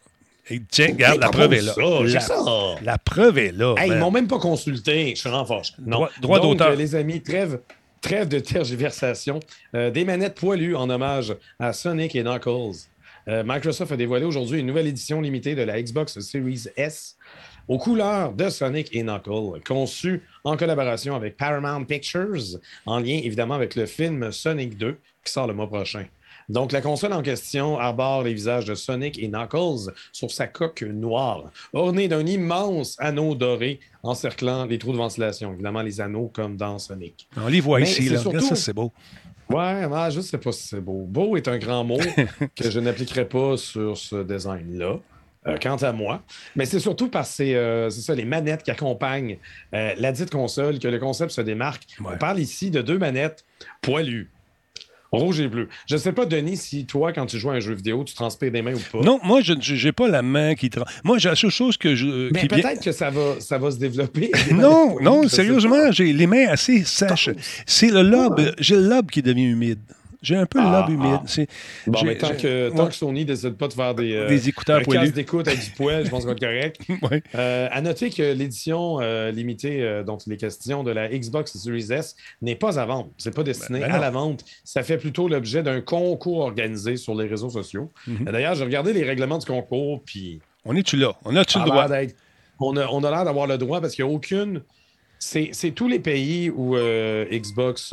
A: Et tiens, regarde, la preuve est là. La preuve est là.
B: Hey, ils m'ont même pas consulté. Je suis renforcé. Non.
A: Droit
B: Donc,
A: d'auteur.
B: les amis, trêve de tergiversation. Des manettes poilues en hommage à Sonic et Knuckles. Microsoft a dévoilé aujourd'hui une nouvelle édition limitée de la Xbox Series S aux couleurs de Sonic et Knuckles, conçue en collaboration avec Paramount Pictures, en lien évidemment avec le film Sonic 2 qui sort le mois prochain. Donc, la console en question arbore les visages de Sonic et Knuckles sur sa coque noire, ornée d'un immense anneau doré encerclant les trous de ventilation. Évidemment, les anneaux comme dans Sonic.
A: On les voit ici, là.
B: Surtout...
A: Regarde ça, c'est beau.
B: Ouais, je ne sais pas si c'est beau. Beau est un grand mot que je n'appliquerai pas sur ce design-là. Quant à moi. Mais c'est surtout parce que c'est ça, les manettes qui accompagnent la dite console, que le concept se démarque. Ouais. On parle ici de 2 manettes poilues. Rouge et bleu. Je ne sais pas, Denis, si toi, quand tu joues à un jeu vidéo, tu transpires des mains ou pas.
A: Non, moi, je n'ai pas la main qui transpire. Moi, j'ai la seule chose que je...
B: Mais peut-être que ça va se développer.
A: Non, sérieusement, j'ai les mains assez sèches. C'est le lobe. J'ai le lobe qui devient humide. J'ai un peu le lobe humide.
B: Bon, mais tant que Sony ne décide pas de faire
A: des écouteurs poilus.
B: Casque d'écoute avec du poil, je pense qu'on va être correct.
A: Ouais.
B: À noter que l'édition limitée, dont il est question, de la Xbox Series S n'est pas à vendre. C'est pas destiné à la vente. Ça fait plutôt l'objet d'un concours organisé sur les réseaux sociaux. D'ailleurs, j'ai regardé les règlements du concours, puis...
A: On est-tu là? On a-tu le droit?
B: On a l'air d'avoir le droit parce qu'il n'y a aucune... C'est tous les pays où Xbox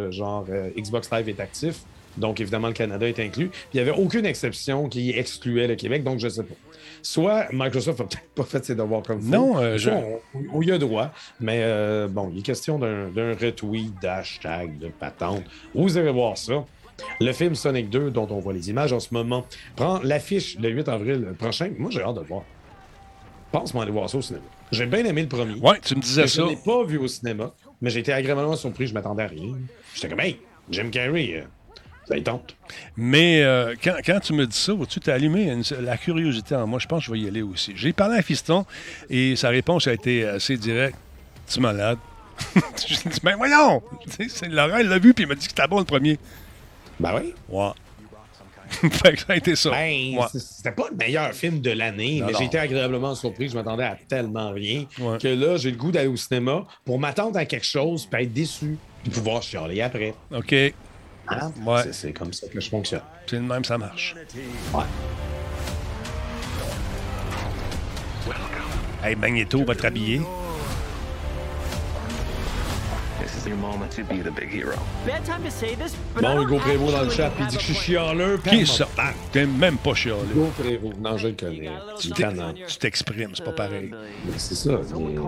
B: Live est actif. Donc, évidemment, le Canada est inclus. Puis, il n'y avait aucune exception qui excluait le Québec. Donc, je ne sais pas. Soit Microsoft n'a peut-être pas fait ses devoirs comme il faut.
A: Non,
B: on y a droit. Mais bon, il est question d'un retweet, d'hashtag, de patente. Vous irez voir ça. Le film Sonic 2, dont on voit les images en ce moment, prend l'affiche le 8 avril prochain. Moi, j'ai hâte de le voir. Pense-moi aller voir ça au cinéma. J'ai bien aimé le premier.
A: Ouais, tu me disais ça.
B: Je ne l'ai pas vu au cinéma, mais j'ai été agréablement surpris. Je m'attendais à rien. J'étais comme, hey, Jim Carrey, ça y tente.
A: Mais quand tu me dis ça, tu t'as allumé la curiosité en moi. Je pense que je vais y aller aussi. J'ai parlé à Fiston et sa réponse a été assez directe. Tu es malade? Je lui ai dit, ben voyons! Laurent, il l'a vu puis il m'a dit que c'était bon le premier.
B: Ben oui.
A: Ouais. Fait que ça a été ça.
B: C'était pas le meilleur film de l'année, mais j'ai été agréablement surpris. Je m'attendais à tellement rien que là, j'ai le goût d'aller au cinéma pour m'attendre à quelque chose puis être déçu puis pouvoir chialer après.
A: OK.
B: Hein? Ouais. C'est comme ça que je fonctionne.
A: C'est le même, ça marche.
B: Ouais.
A: Hey, Magneto va te rhabiller.
B: Bon, Hugo Prévost dans le chat, puis il dit que je suis chialeux.
A: Qui est ça? T'es même pas chialeux.
B: Hugo Prévost. Non, je le connais.
A: Tu t'exprimes, c'est pas pareil.
B: C'est ça.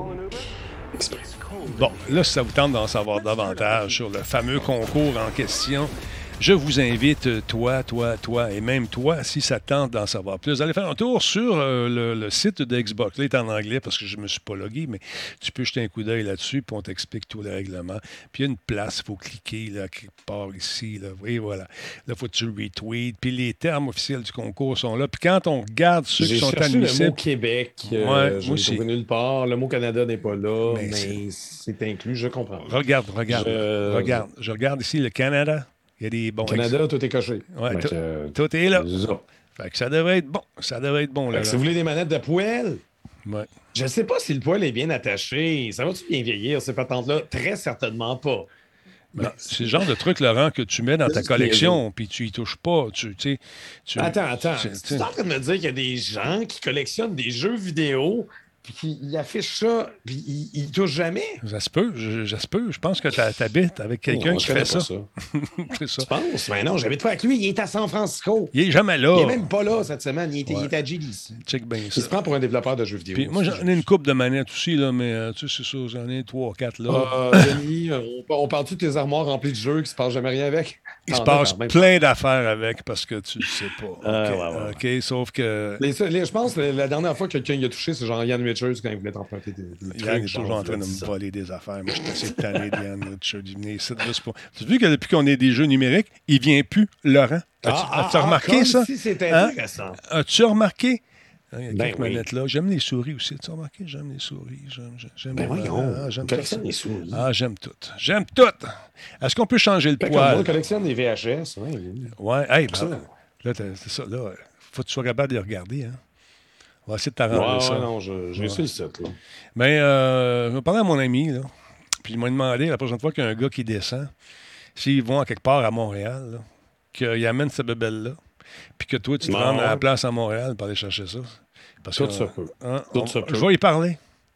A: Bon, là, si ça vous tente d'en savoir davantage sur le fameux concours en question, je vous invite, toi, et même toi, si ça tente d'en savoir plus, allez faire un tour sur le site de Xbox. Là, il est en anglais parce que je ne me suis pas logué, mais tu peux jeter un coup d'œil là-dessus, puis on t'explique tous les règlements. Puis il y a une place, il faut cliquer, là, quelque part ici, là, et voilà. Là, il faut que tu retweets, puis les termes officiels du concours sont là. Puis quand on regarde ceux qui sont admissibles...
B: J'ai cherché le mot Québec, je l'ai trouvé nulle part. Le mot Canada n'est pas là, mais c'est inclus, je comprends.
A: Regarde. Je regarde ici le Canada. Il y a des bons...
B: Canada, tout est coché.
A: Ouais, tout est là. Fait que ça devrait être bon. Ça devrait être bon. Là,
B: si vous voulez des manettes de poêle,
A: ouais.
B: Je ne sais pas si le poêle est bien attaché. Ça va-tu bien vieillir, ces patentes-là? Très certainement pas.
A: Ben, c'est le genre de truc, Laurent, que tu mets dans ta collection, puis tu y touches pas.
B: Attends. Tu es en train de me dire qu'il y a des gens qui collectionnent des jeux vidéo puis il affiche ça, puis il touche jamais.
A: Ça se peut. Je pense que tu habites avec quelqu'un qui fait ça.
B: C'est ça. Tu penses? Mais non, j'habite pas avec lui. Il est à San Francisco.
A: Il est jamais là.
B: Il est même pas là cette semaine. Il est à GDC.
A: Check bien ça.
B: Il se prend pour un développeur de jeux vidéo.
A: Puis moi, j'en ai une couple de manettes aussi, là, mais tu sais, c'est ça. J'en ai 3 ou 4 là.
B: Denis, on parle-tu de tes armoires remplies de jeux qui se passe jamais rien avec?
A: Il se passe plein d'affaires avec parce que tu le sais pas. OK, sauf que...
B: Je pense que la dernière fois que quelqu'un y a touché, c'est genre Yann Richards quand il voulait t'emprunter des
A: Yann est toujours en train de me voler des affaires. Moi, je suis assez tanné de Yann Richards. Il venait ici juste pour... Tu as vu que depuis qu'on est des jeux numériques, il vient plus, Laurent? As-tu remarqué ça?
B: Si c'est intéressant.
A: As-tu remarqué? Il y a quelques manettes là. J'aime les souris aussi. Tu as remarqué? J'aime les souris. J'aime
B: les souris.
A: J'aime toutes. J'aime toutes. Est-ce qu'on peut changer le poil?
B: On collectionne des VHS.
A: Ouais. Hey, là, c'est ça. Là, faut que tu sois capable de les regarder. Hein? On va essayer de t'arranger ça.
B: Non, j'ai su le site.
A: Mais je vais parler à mon ami, là, puis il m'a demandé la prochaine fois qu'il y a un gars qui descend, s'ils vont à quelque part à Montréal, là, qu'il amène cette bébelle-là, puis que toi, tu te rendes à la place à Montréal pour aller chercher ça. Parce
B: tout
A: que,
B: ça peut.
A: Je vais y parler.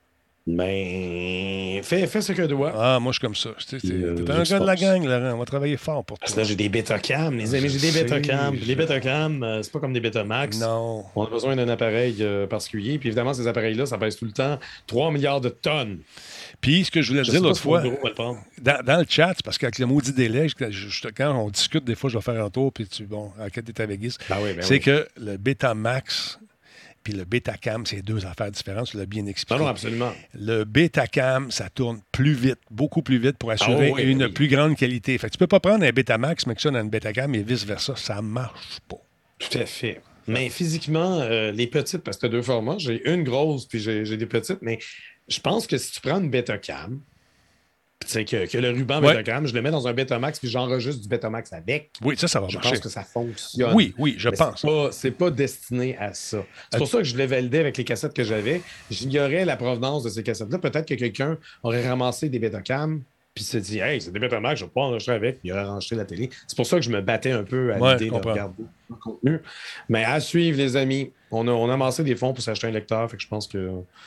B: Mais fais ce que doit.
A: Ah, moi, je suis comme ça. T'es un gars de la gang, Laurent. On va travailler fort pour toi.
B: Parce que là, j'ai des Betacam, les amis. J'ai des Betacam. Les Betacam, c'est pas comme des Betamax.
A: Non.
B: On a besoin d'un appareil particulier. Puis évidemment, ces appareils-là, ça pèse tout le temps 3 milliards de tonnes.
A: Puis, ce que je voulais dire l'autre fois, dans le chat, parce qu'avec le maudit délai, quand on discute, des fois, je vais faire un tour, puis à quête des Taveguis, c'est que le Betamax puis le Betacam, c'est deux affaires différentes, tu l'as bien expliqué.
B: Non, absolument.
A: Le Betacam, ça tourne plus vite, beaucoup plus vite pour assurer une plus grande qualité. Fait que tu peux pas prendre un Betamax, mais que ça dans un Betacam et vice-versa, ça marche pas.
B: Tout à fait. Mais physiquement, les petites, parce que tu as deux formats, j'ai une grosse puis j'ai des petites, mais je pense que si tu prends une Betacam, tu sais que le ruban Betacam, je le mets dans un Betamax puis j'enregistre du Betamax avec.
A: Oui, ça va marcher.
B: Je pense que ça fonctionne.
A: Oui, je pense.
B: C'est pas destiné à ça. C'est pour ça que je l'ai validé avec les cassettes que j'avais. J'ignorais la provenance de ces cassettes-là. Peut-être que quelqu'un aurait ramassé des Betacam puis s'est dit « Hey, c'est des Betamax, je vais pas enregistrer avec. » Il aurait enregistré la télé. C'est pour ça que je me battais un peu à l'idée de regarder le contenu. Mais à suivre, les amis, on a amassé des fonds pour s'acheter un lecteur. Fait que je pense que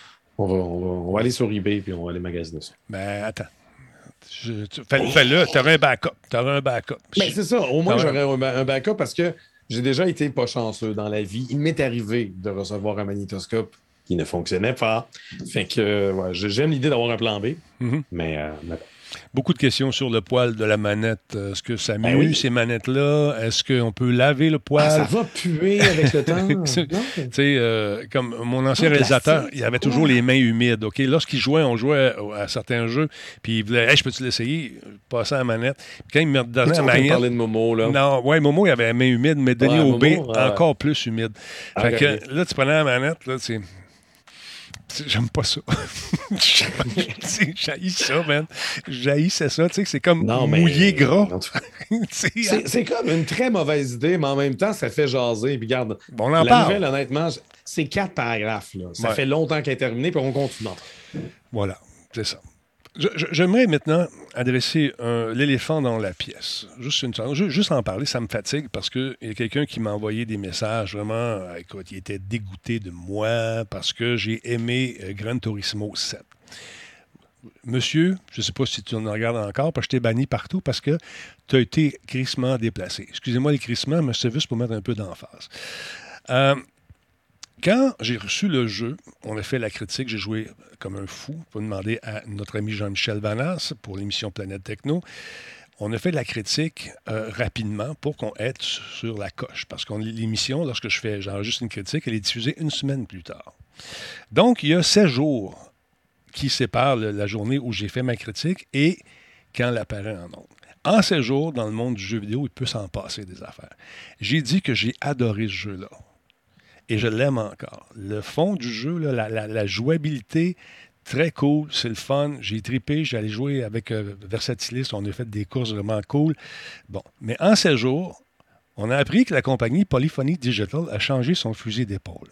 B: on va aller sur eBay puis on va aller magasiner ça.
A: Ben, attends. Fais-le, t'aurais un backup.
B: Ben, c'est ça. Au moins, j'aurais un backup parce que j'ai déjà été pas chanceux dans la vie. Il m'est arrivé de recevoir un magnétoscope qui ne fonctionnait pas. Fait que j'aime l'idée d'avoir un plan B. Mais
A: beaucoup de questions sur le poil de la manette. Est-ce que ça mue, ces manettes-là? Est-ce qu'on peut laver le poil?
B: Ça va puer avec le temps.
A: Tu sais, comme mon ancien réalisateur, il avait toujours les mains humides. OK? Lorsqu'il jouait, on jouait à certains jeux, puis il voulait « Hey, je peux-tu l'essayer? » Passer à la manette. Puis quand il me donnait la manette...
B: parler de Momo, là.
A: Non, Momo, il avait la main humide, mais Denis Aubé, encore plus humide. Fait que là, tu prenais la manette, là, tu sais... J'aime pas ça. J'haïs ça, man. J'haïssais ça. Tu sais, c'est comme mouillé gras.
B: C'est comme une très mauvaise idée, mais en même temps, ça fait jaser. Puis regarde,
A: on en
B: la
A: parle.
B: Nouvelle, honnêtement, c'est 4 paragraphes. Là. Ça fait longtemps qu'elle est terminée, puis on continue.
A: Voilà, c'est ça. J'aimerais maintenant adresser l'éléphant dans la pièce. Juste en parler, ça me fatigue parce qu'il y a quelqu'un qui m'a envoyé des messages vraiment, écoute, il était dégoûté de moi parce que j'ai aimé Gran Turismo 7. Monsieur, je ne sais pas si tu en regardes encore, parce que je t'ai banni partout parce que tu as été crissement déplacé. Excusez-moi les crissements, mais c'est juste pour mettre un peu d'emphase. Quand j'ai reçu le jeu, on a fait la critique, j'ai joué comme un fou. Pour demander à notre ami Jean-Michel Vanas pour l'émission Planète Techno. On a fait la critique rapidement pour qu'on aide sur la coche. Parce que l'émission, lorsque j'enregistre une critique, elle est diffusée une semaine plus tard. Donc, il y a 16 jours qui séparent la journée où j'ai fait ma critique et quand elle apparaît en ondes. En 16 jours, dans le monde du jeu vidéo, il peut s'en passer des affaires. J'ai dit que j'ai adoré ce jeu-là. Et je l'aime encore. Le fond du jeu, là, la jouabilité, très cool, c'est le fun. J'ai trippé, j'allais jouer avec Versatilis, on a fait des courses vraiment cool. Bon, mais en 16 jours, on a appris que la compagnie Polyphony Digital a changé son fusil d'épaule.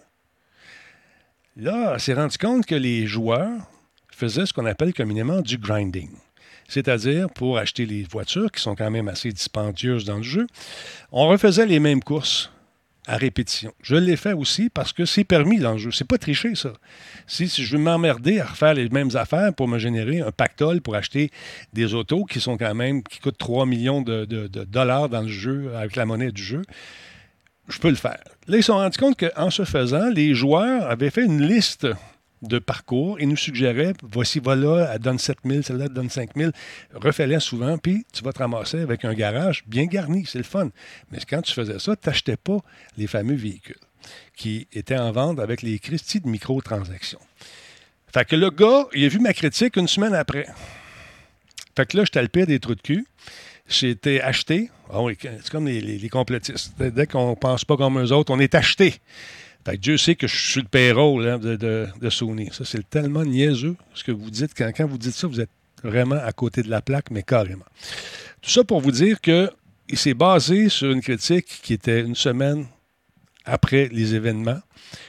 A: Là, on s'est rendu compte que les joueurs faisaient ce qu'on appelle communément du grinding. C'est-à-dire, pour acheter les voitures, qui sont quand même assez dispendieuses dans le jeu, on refaisait les mêmes courses à répétition. Je l'ai fait aussi parce que c'est permis dans le jeu. C'est pas tricher, ça. Si je veux m'emmerder à refaire les mêmes affaires pour me générer un pactole pour acheter des autos qui coûtent 3 millions de dollars dans le jeu, avec la monnaie du jeu, je peux le faire. Là, ils se sont rendus compte qu'en ce faisant, les joueurs avaient fait une liste de parcours et nous suggéraient, voici, voilà, elle donne 7 000, celle-là donne 5 000, refais-les souvent, puis tu vas te ramasser avec un garage bien garni, c'est le fun. Mais quand tu faisais ça, tu n'achetais pas les fameux véhicules qui étaient en vente avec les Christie de microtransactions. Fait que le gars, il a vu ma critique une semaine après. Fait que là, je talpais des trous de cul. J'ai été acheté. Oh, c'est comme les complotistes. Dès qu'on ne pense pas comme eux autres, on est acheté. Fait que Dieu sait que je suis le payroll de Sony. Ça, c'est tellement niaiseux ce que vous dites. Quand vous dites ça, vous êtes vraiment à côté de la plaque, mais carrément. Tout ça pour vous dire qu'il s'est basé sur une critique qui était une semaine après les événements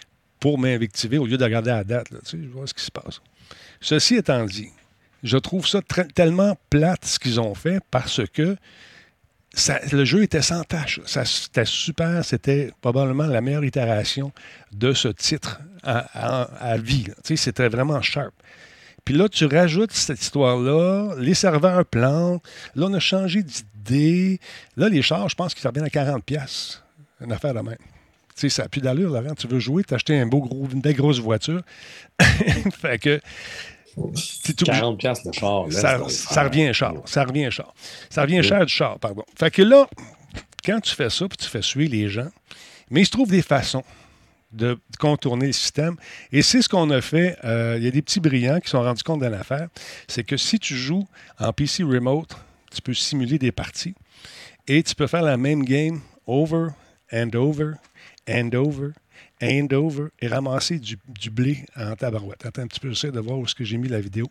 A: pour m'invectiver au lieu de regarder la date. Là, tu sais, je vois ce qui se passe. Ceci étant dit, je trouve ça tellement plate ce qu'ils ont fait parce que le jeu était sans tâche. C'était super. C'était probablement la meilleure itération de ce titre à vie. Tu sais, c'était vraiment sharp. Puis là, tu rajoutes cette histoire-là, les serveurs plantent. Là, on a changé d'idée. Là, les chars, je pense qu'ils reviennent à 40$. Une affaire de même. Tu sais, ça n'a plus d'allure, Laurent. Tu veux jouer, t'acheter une belle grosse voiture. Fait que...
B: 40$ le char. Là,
A: ça revient cher. Ça revient cher. Ça revient cher du char, pardon. Fait que là, quand tu fais ça, puis tu fais suer les gens, mais il se trouve des façons de contourner le système. Et c'est ce qu'on a fait. Il y a des petits brillants qui se sont rendus compte d'une affaire. C'est que si tu joues en PC remote, tu peux simuler des parties et tu peux faire la même game over and over and over and over et ramasser du blé en tabarouette. Attends un petit peu, j'essaie de voir où est-ce que j'ai mis la vidéo.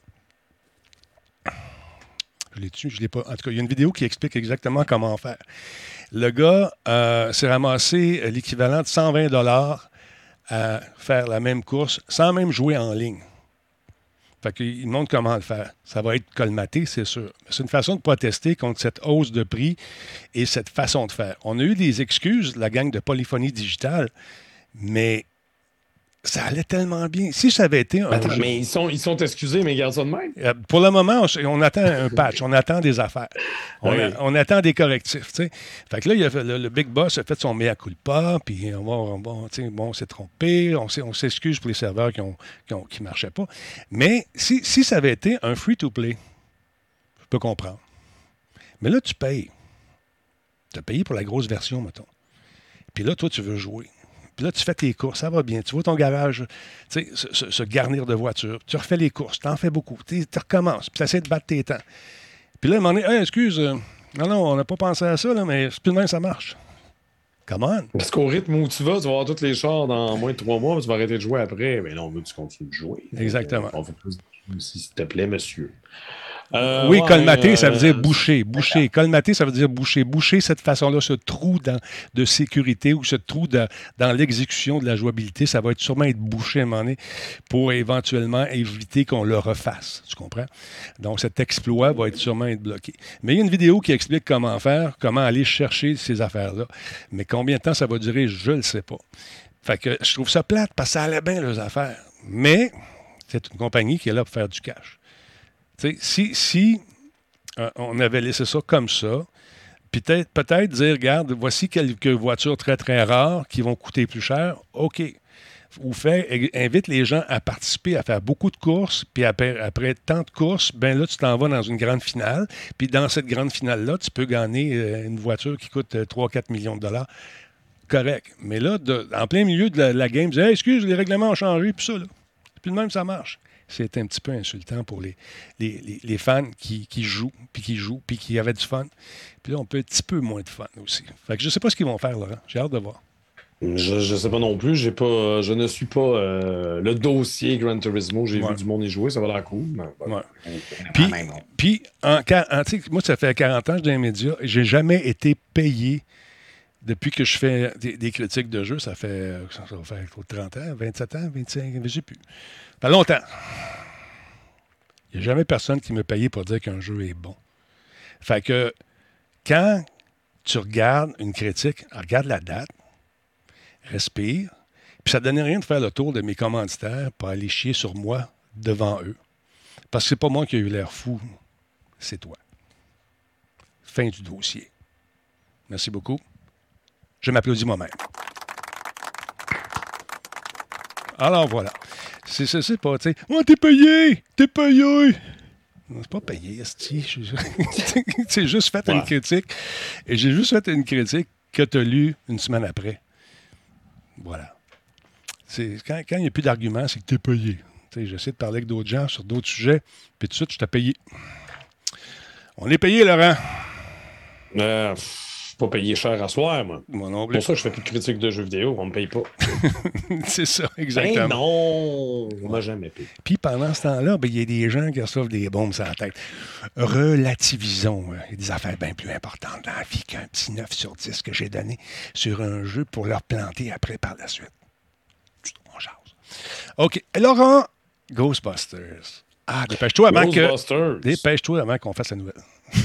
A: Je l'ai-tu? Je l'ai pas. En tout cas, il y a une vidéo qui explique exactement comment faire. Le gars s'est ramassé l'équivalent de 120$ à faire la même course sans même jouer en ligne. Fait qu'il montre comment le faire. Ça va être colmaté, c'est sûr. C'est une façon de protester contre cette hausse de prix et cette façon de faire. On a eu des excuses, la gang de Polyphonie Digitale, mais ça allait tellement bien. Si ça avait été un jeu...
B: mais ils sont excusés, mais ils gardent ça de même.
A: Pour le moment, on attend un patch, on attend des affaires. On attend des correctifs. T'sais. Fait que là, le Big Boss a fait son mea culpa, puis on s'est trompé, on s'excuse pour les serveurs qui ne marchaient pas. Mais si ça avait été un free-to-play, je peux comprendre. Mais là, tu payes. Tu as payé pour la grosse version, mettons. Puis là, toi, tu veux jouer. Puis là, tu fais tes courses, ça va bien. Tu vois ton garage se garnir de voitures. Tu refais les courses, tu en fais beaucoup. Tu recommences, puis tu essaies de battre tes temps. Puis là, à un moment donné, hey, excuse, non, on n'a pas pensé à ça, là, mais c'est plus de même, ça marche. Come on.
B: Parce qu'au rythme où tu vas avoir tous les chars dans moins de 3 mois, tu vas arrêter de jouer après. Mais non, tu continues de jouer.
A: Exactement.
B: S'il te plaît, monsieur.
A: Oui, colmater, ça veut dire boucher. Colmater, ça veut dire boucher. Boucher, cette façon-là, ce trou de sécurité ou ce trou dans l'exécution de la jouabilité, ça va sûrement être bouché à un moment donné pour éventuellement éviter qu'on le refasse. Tu comprends? Donc, cet exploit va sûrement être bloqué. Mais il y a une vidéo qui explique comment faire, comment aller chercher ces affaires-là. Mais combien de temps ça va durer, je ne le sais pas. Fait que je trouve ça plate parce que ça allait bien, leurs affaires. Mais c'est une compagnie qui est là pour faire du cash. T'sais, si on avait laissé ça comme ça, peut-être dire, regarde, voici quelques voitures très, très rares qui vont coûter plus cher, OK. Ou invite les gens à participer, à faire beaucoup de courses, puis après tant de courses, ben là, tu t'en vas dans une grande finale, puis dans cette grande finale-là, tu peux gagner une voiture qui coûte 3-4 millions de dollars. Correct. Mais là, en plein milieu de la game, tu dis, hey, excuse, les règlements ont changé, puis ça, là. Puis de même, ça marche. C'est un petit peu insultant pour les fans qui jouent, puis qui avaient du fun. Puis là, on peut un petit peu moins de fun aussi. Fait que je ne sais pas ce qu'ils vont faire, Laurent. J'ai hâte de voir.
B: Je ne sais pas non plus. Je ne suis pas le dossier Gran Turismo. J'ai vu du monde y jouer. Ça va l'air cool.
A: Puis, moi, ça fait 40 ans que je suis dans les médias et je n'ai jamais été payé depuis que je fais des critiques de jeux. Ça va faire 30 ans, 27 ans, 25, je ne sais plus. Ça fait longtemps. Il n'y a jamais personne qui me payait pour dire qu'un jeu est bon. Fait que quand tu regardes une critique, regarde la date, respire, puis ça ne donnait rien de faire le tour de mes commanditaires pour aller chier sur moi devant eux. Parce que c'est pas moi qui ai eu l'air fou, c'est toi. Fin du dossier. Merci beaucoup. Je m'applaudis moi-même. Alors voilà. C'est pas, tu sais, oh, t'es payé! Non, c'est pas payé, esti. J'ai juste fait une critique. Et j'ai juste fait une critique que tu as lue une semaine après. Voilà. Quand il n'y a plus d'arguments, c'est que tu es payé. J'essaie de parler avec d'autres gens sur d'autres sujets, puis tout de suite, je t'ai payé. On est payé, Laurent.
B: Pas payé cher à soir, moi.
A: Moi non plus.
B: C'est pour ça que je fais plus de critiques de jeux vidéo. On me paye pas.
A: C'est ça, exactement.
B: Ben non! On m'a jamais payé.
A: Puis pendant ce temps-là, il y a des gens qui reçoivent des bombes sur la tête. Relativisons. Il y a des affaires bien plus importantes dans la vie qu'un petit 9 sur 10 que j'ai donné sur un jeu pour leur planter après par la suite. On jase. OK. Laurent, Ghostbusters. Ah, dépêche-toi avant qu'on fasse la nouvelle.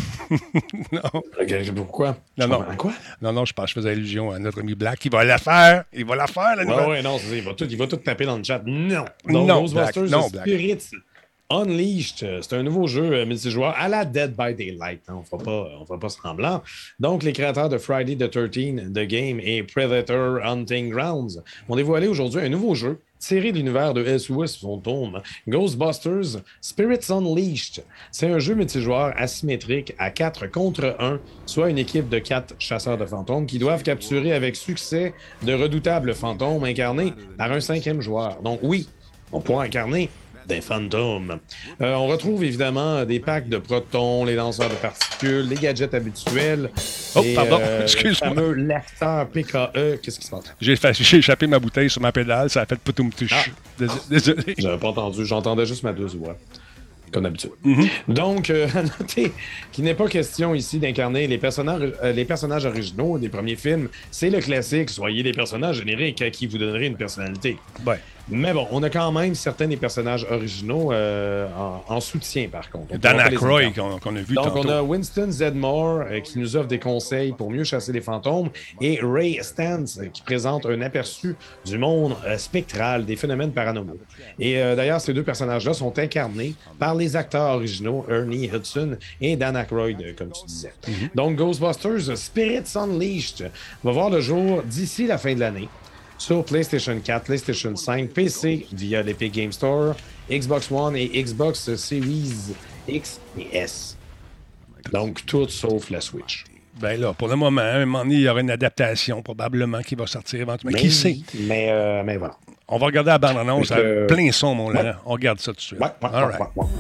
B: Non. Pourquoi?
A: Non.
B: Quoi?
A: Non, je pense que je faisais allusion à notre ami Black. Il va la faire. La nouvelle.
B: Ouais, non, il va tout taper dans le chat. Non.
A: Non,
B: Ghostbusters
A: Black.
B: Spirits Unleashed. C'est un nouveau jeu multijoueur à la Dead by Daylight. On ne fera pas semblant. Donc, les créateurs de Friday the 13th, The Game et Predator Hunting Grounds ont dévoilé aujourd'hui un nouveau jeu tiré de l'univers de SOS Fantôme, Ghostbusters Spirits Unleashed. C'est un jeu multijoueur asymétrique à 4 contre 1, soit une équipe de 4 chasseurs de fantômes qui doivent capturer avec succès de redoutables fantômes incarnés par un 5e joueur. Donc oui, on pourra incarner des fantômes. On retrouve évidemment des packs de protons, les lanceurs de particules, les gadgets habituels.
A: Excuse-moi.
B: Le fameux lecteur PKE. Qu'est-ce qui se passe?
A: J'ai échappé ma bouteille sur ma pédale, ça a fait poutoum-touche. Désolé.
B: J'avais pas entendu, j'entendais juste ma douce voix. Comme d'habitude. Donc, à noter qu'il n'est pas question ici d'incarner les personnages originaux des premiers films. C'est le classique, soyez des personnages génériques à qui vous donnerez une personnalité.
A: Ouais.
B: Mais bon, on a quand même certains des personnages originaux en soutien, par contre.
A: Dan Aykroyd, qu'on a vu
B: donc,
A: tantôt.
B: on a Winston Zedmore qui nous offre des conseils pour mieux chasser les fantômes et Ray Stantz qui présente un aperçu du monde spectral des phénomènes paranormaux. Et d'ailleurs, ces deux personnages-là sont incarnés par les acteurs originaux Ernie Hudson et Dan Aykroyd, comme tu disais. Donc, Ghostbusters Spirits Unleashed va voir le jour d'ici la fin de l'année sur PlayStation 4, PlayStation 5, PC via l'Epic Game Store, Xbox One et Xbox Series X et S. Donc, tout sauf la Switch.
A: Ben là, pour le moment, à un moment donné, il y aura une adaptation probablement qui va sortir éventuellement. Mais qui sait?
B: Mais voilà.
A: On va regarder la bande-annonce à plein son, mon Laurent. On regarde ça tout de suite.
B: Ouais.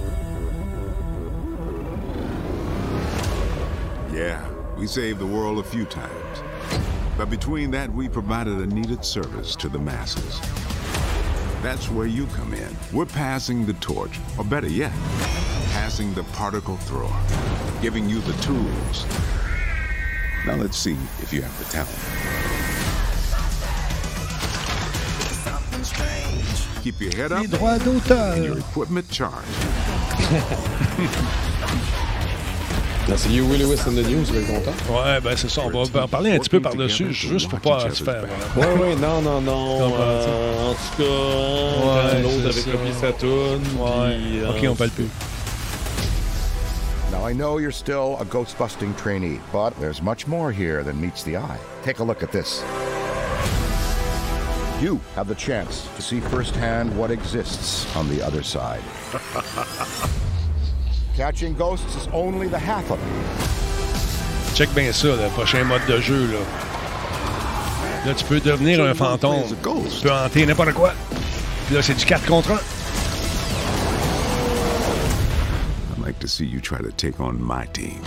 E: Yeah, we saved the world a few times. But between that, we provided a needed service to the masses. That's where you come in. We're passing the torch, or better yet, passing the particle thrower, giving you the tools. Now let's see if you have the talent. Keep your head up.
A: Les droits d'auteur.
E: And your equipment charged.
B: Là, c'est Huey Lewis and the News, vous êtes content?
A: Ouais, ben c'est ça. On va en parler un petit peu par-dessus, juste pour pas se faire.
B: Ouais, non. En tout cas, l'autre avait copié sa toune.
A: Ouais. OK, on parle plus.
F: Now, I know you're still a ghost-busting trainee, but there's much more here than meets the eye. Take a look at this. You have the chance to see firsthand what exists on the other side. Catching ghosts is only the half of it.
A: Check bien ça, le prochain mode de jeu, là. Là, tu peux devenir un fantôme. Tu peux hanter n'importe quoi. Puis là, c'est du 4 contre 1.
E: I'd like to see you try to take on my team.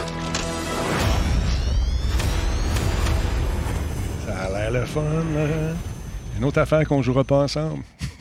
A: Ça a l'air le fun, là. Une autre affaire qu'on jouera pas ensemble.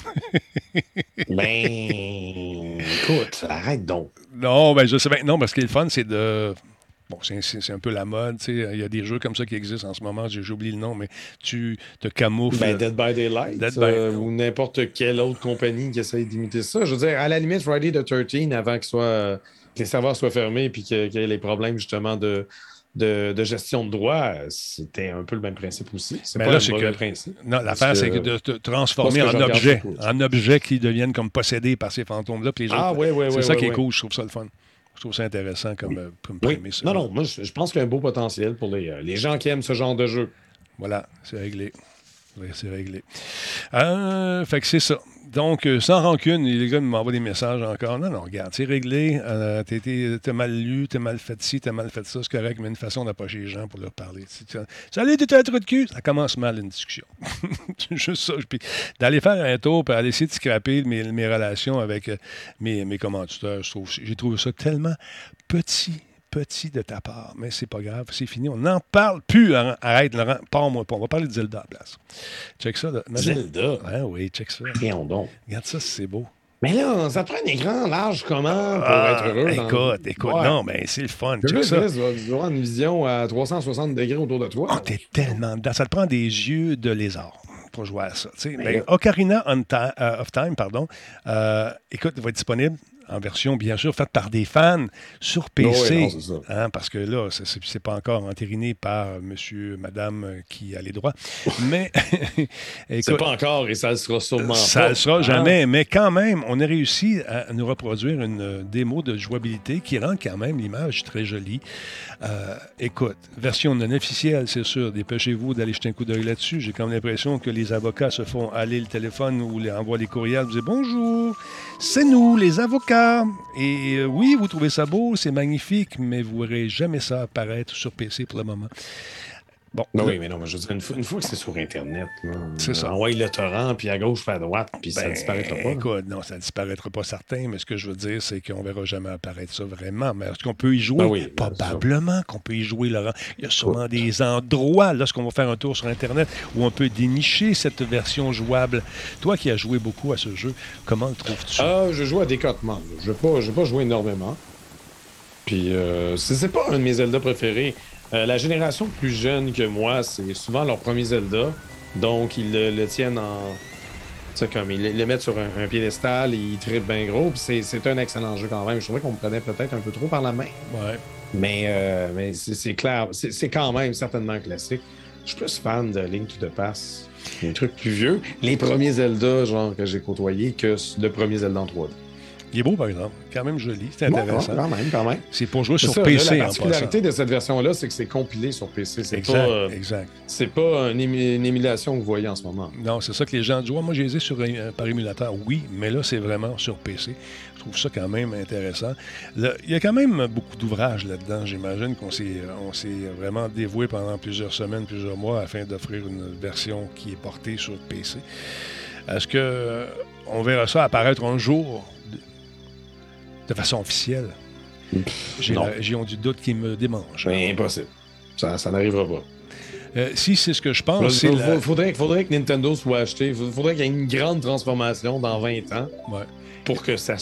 B: Ben, écoute, arrête donc.
A: Non, ben je sais bien. Non, parce que le fun, c'est de... Bon, c'est un peu la mode, tu sais. Il y a des jeux comme ça qui existent en ce moment. J'ai oublié le nom, mais tu te camoufles.
B: Ben, Dead by Daylight ou n'importe quelle autre compagnie qui essaye d'imiter ça. Je veux dire, à la limite, Friday the 13th, avant que les serveurs soient fermés et qu'il y ait les problèmes, justement, de gestion de droits, c'était un peu le même principe aussi. C'est pas le même principe.
A: Non, l'affaire, c'est de te transformer en objets qui deviennent comme possédés par ces fantômes-là. C'est ça qui est cool, je trouve ça le fun. Je trouve ça intéressant comme prémisse.
B: Non, moi, je pense qu'il y a un beau potentiel pour les gens qui aiment ce genre de jeu.
A: Voilà, c'est réglé. Oui, c'est réglé. Fait que c'est ça. Donc, sans rancune, les gars m'envoient des messages encore. Non, regarde, c'est réglé. T'as mal lu, t'as mal fait ci, t'as mal fait ça. C'est correct, mais une façon d'approcher les gens pour leur parler. Salut, t'es un trou de cul. Ça commence mal, une discussion. C'est juste ça. Puis d'aller faire un tour et aller essayer de scraper mes relations avec mes commanditaires, j'ai trouvé ça tellement petit de ta part, mais c'est pas grave, c'est fini. On n'en parle plus. Arrête, Laurent, pars-moi pas. On va parler de Zelda à la place. Check ça. Là.
B: Zelda?
A: Ah oui, check ça.
B: Donc.
A: Regarde ça, c'est beau.
B: Mais là, ça prend un écran large comment pour être heureux?
A: Écoute, non, mais c'est le fun.
B: Check ça. Tu vas avoir une vision à 360 degrés autour de toi.
A: Oh, t'es tellement dedans. Ça te prend des yeux de lézard. pour jouer à ça. Ben, Ocarina of Time, pardon, écoute, il va être disponible en version, bien sûr, faite par des fans sur PC. Parce que là, c'est pas encore entériné par monsieur, madame qui a les droits. Mais, écoute,
B: c'est pas encore et ça le sera sûrement pas.
A: Ça le sera jamais. Mais quand même, on a réussi à nous reproduire une démo de jouabilité qui rend quand même l'image très jolie. Écoute, version non officielle, c'est sûr. Dépêchez-vous d'aller jeter un coup d'œil là-dessus. J'ai quand même l'impression que les avocats se font aller le téléphone ou envoient des courriels. Vous dites bonjour, c'est nous, les avocats. Et oui, vous trouvez ça beau, c'est magnifique, mais vous ne verrez jamais ça apparaître sur PC pour le moment. Bon,
B: oui, mais non, je veux dire, une fois que c'est sur Internet,
A: c'est ça.
B: Envoie le torrent, puis à gauche, puis à droite, puis ça ne disparaîtra pas.
A: Écoute, non, ça ne disparaîtra pas certain, mais ce que je veux dire, c'est qu'on ne verra jamais apparaître ça vraiment. Mais est-ce qu'on peut y jouer?
B: Oui,
A: probablement qu'on peut y jouer, Laurent. Il y a sûrement des endroits, lorsqu'on va faire un tour sur Internet, où on peut dénicher cette version jouable. Toi qui as joué beaucoup à ce jeu, comment le trouves-tu?
B: Je joue à décotement. Je n'ai pas joué énormément. Puis, c'est pas un de mes Zelda préférés. La génération plus jeune que moi, c'est souvent leur premier Zelda. Donc, ils le tiennent en... C'est comme, ils le mettent sur un piédestal, ils trippent bien gros. Puis c'est un excellent jeu quand même. Je trouvais qu'on me prenait peut-être un peu trop par la main.
A: Ouais.
B: Mais c'est clair. C'est quand même certainement classique. Je suis plus fan de Link to the Past. Un truc plus vieux. Les premiers Zelda, genre, que j'ai côtoyés, que le premier Zelda en 3D.
A: Il est beau, par exemple. Quand même joli. C'est intéressant.
B: Quand même.
A: C'est pour jouer sur PC.
B: Là, la particularité de cette version-là, c'est que c'est compilé sur PC. C'est
A: exact.
B: C'est pas une émulation que vous voyez en ce moment.
A: Non, c'est ça que les gens disent. Moi, je les ai par émulateur, oui, mais là, c'est vraiment sur PC. Je trouve ça quand même intéressant. Là, il y a quand même beaucoup d'ouvrages là-dedans. J'imagine qu'on s'est vraiment dévoué pendant plusieurs semaines, plusieurs mois, afin d'offrir une version qui est portée sur PC. Est-ce qu'on verra ça apparaître un jour de façon officielle? J'ai du doute qui me démange.
B: Impossible. Ça n'arrivera pas.
A: Si c'est ce que je pense,
B: faudrait que Nintendo soit acheté. Faudrait qu'il y ait une grande transformation dans 20 ans pour que ça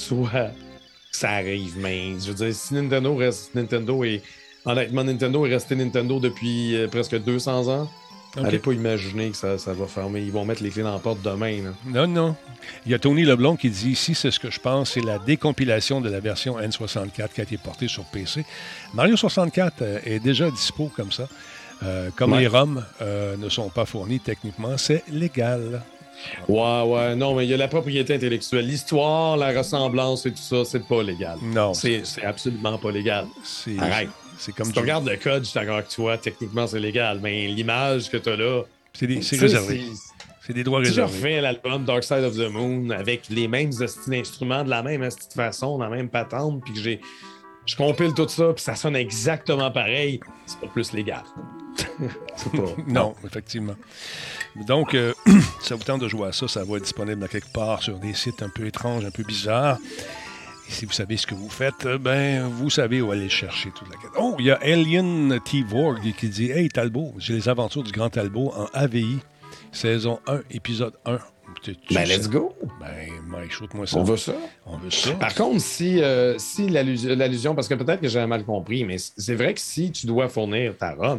B: arrive. Mais je veux dire, si Nintendo reste Nintendo et honnêtement, Nintendo est resté Nintendo depuis presque 200 ans. Okay. Allez pas imaginer que ça va fermer. Ils vont mettre les clés dans la porte demain. Là.
A: Non. Il y a Tony Leblond qui dit ici, c'est ce que je pense, c'est la décompilation de la version N64 qui a été portée sur PC. Mario 64 est déjà dispo comme ça. Comme les ROM ne sont pas fournis techniquement, c'est légal.
B: Ouais. Non, mais il y a la propriété intellectuelle. L'histoire, la ressemblance et tout ça, c'est pas légal.
A: Non.
B: C'est absolument pas légal. Arrête.
A: C'est comme
B: si tu regardes le code, je suis d'accord avec toi, techniquement, c'est légal. Mais l'image que tu as là...
A: C'est réservé. C'est des droits réservés.
B: Si je refais l'album Dark Side of the Moon avec les mêmes instruments, de la même façon, de la même patente, puis que je compile tout ça, puis ça sonne exactement pareil, c'est pas plus légal.
A: C'est pas... Non, effectivement. Donc, ça vous tente de jouer à ça, ça va être disponible dans quelque part sur des sites un peu étranges, un peu bizarres. Et si vous savez ce que vous faites, vous savez où aller chercher toute la quête. Oh, il y a Alien T-Vorg qui dit « Hey, Talbot, j'ai les aventures du Grand Talbot en AVI, saison 1, épisode 1. »
B: let's go!
A: Mike, shoot-moi ça.
B: On veut ça. Par contre, si l'allusion, parce que peut-être que j'ai mal compris, mais c'est vrai que si tu dois fournir ta ROM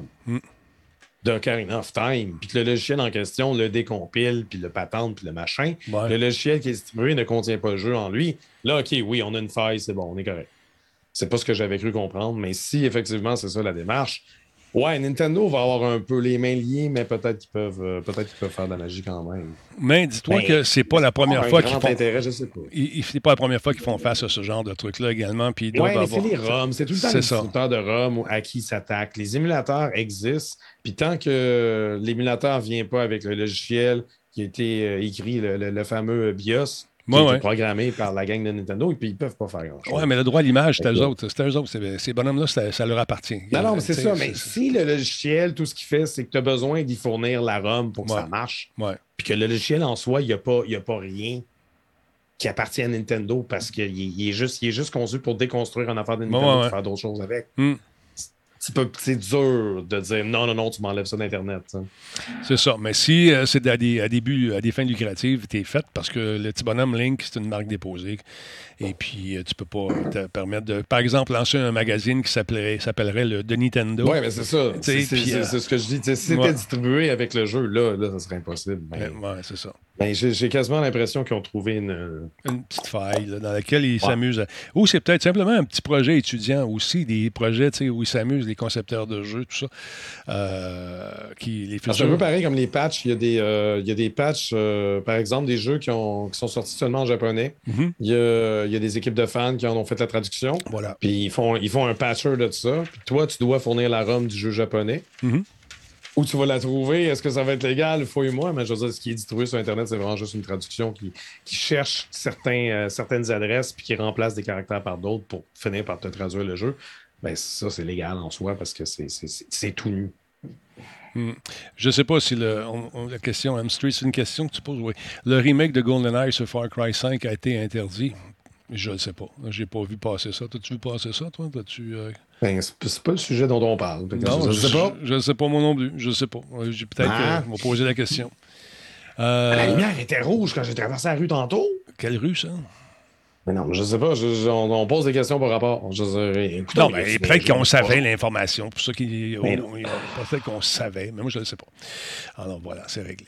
B: d'Ocarina of Time, puis que le logiciel en question le décompile, puis le patente, puis le machin, le logiciel qui est distribué ne contient pas le jeu en lui, là, OK, oui, on a une faille, c'est bon, on est correct. C'est pas ce que j'avais cru comprendre, mais si effectivement c'est ça la démarche, Nintendo va avoir un peu les mains liées, mais peut-être qu'ils peuvent faire de la magie quand même.
A: Mais dis-toi que c'est pas la première fois qu'ils font...
B: intérêt, je sais pas.
A: C'est pas la première fois qu'ils font face à ce genre de truc-là également. Puis
B: mais c'est les ROM. C'est tout le temps les distributeurs de ROM à qui ils s'attaquent. Les émulateurs existent. Puis tant que l'émulateur vient pas avec le logiciel qui a été écrit, le fameux BIOS, qui est programmé par la gang de Nintendo, et puis ils peuvent pas faire grand-chose.
A: Oui, mais le droit à l'image, c'est eux autres. Ces bonhommes-là, ça leur appartient.
B: Non, mais c'est ça. Mais si le logiciel, tout ce qu'il fait, c'est que tu as besoin d'y fournir la ROM pour que ça marche, puis que le logiciel en soi, il n'y a pas rien qui appartient à Nintendo parce qu'il est juste conçu pour déconstruire une affaire de Nintendo et faire d'autres choses avec. Tu c'est dur de dire non, tu m'enlèves ça d'Internet. Ça.
A: C'est ça. Mais si c'est à des fins lucratives, t'es fait parce que le petit bonhomme Link, c'est une marque déposée. Et puis, tu peux pas te permettre de, par exemple, lancer un magazine qui s'appellerait le de Nintendo.
B: Oui, mais c'est ça. C'est ce que je dis. Si c'était distribué avec le jeu, là, ça serait impossible.
A: Oui, c'est ça.
B: Ben, j'ai quasiment l'impression qu'ils ont trouvé une
A: petite faille là, dans laquelle ils s'amusent. Ou c'est peut-être simplement un petit projet étudiant aussi, des projets où ils s'amusent, les concepteurs de jeux, tout ça.
B: C'est un peu pareil comme les patchs. Il y a des patchs, par exemple, des jeux qui sont sortis seulement en japonais.
A: Mm-hmm.
B: Il y a des équipes de fans qui en ont fait la traduction.
A: Voilà.
B: Puis ils font un patcher de tout ça. Puis toi, tu dois fournir la ROM du jeu japonais.
A: Mm-hmm.
B: Où tu vas la trouver? Est-ce que ça va être légal? Fouille-moi. Mais je veux dire, ce qui est distribué sur Internet, c'est vraiment juste une traduction qui cherche certaines adresses puis qui remplace des caractères par d'autres pour finir par te traduire le jeu. Ben ça, c'est légal en soi parce que c'est tout nu.
A: Je ne sais pas si la question M-Street, c'est une question que tu poses, oui. Le remake de GoldenEye sur Far Cry 5 a été interdit. Je ne sais pas. Je n'ai pas vu passer ça. T'as-tu vu passer ça, toi?
B: Ben, c'est pas le sujet dont on parle.
A: Non, je ne sais pas. Je ne sais pas moi non plus. Je ne sais pas. Peut-être qu'on va poser la question.
B: La lumière était rouge quand j'ai traversé la rue tantôt.
A: Quelle rue, ça?
B: Mais non, je sais pas. On pose des questions par rapport. Écoutez,
A: non, mais peut-être qu'on savait l'information. Pour ça peut-être qu'on savait, mais moi, je ne le sais pas. Alors, voilà, c'est réglé.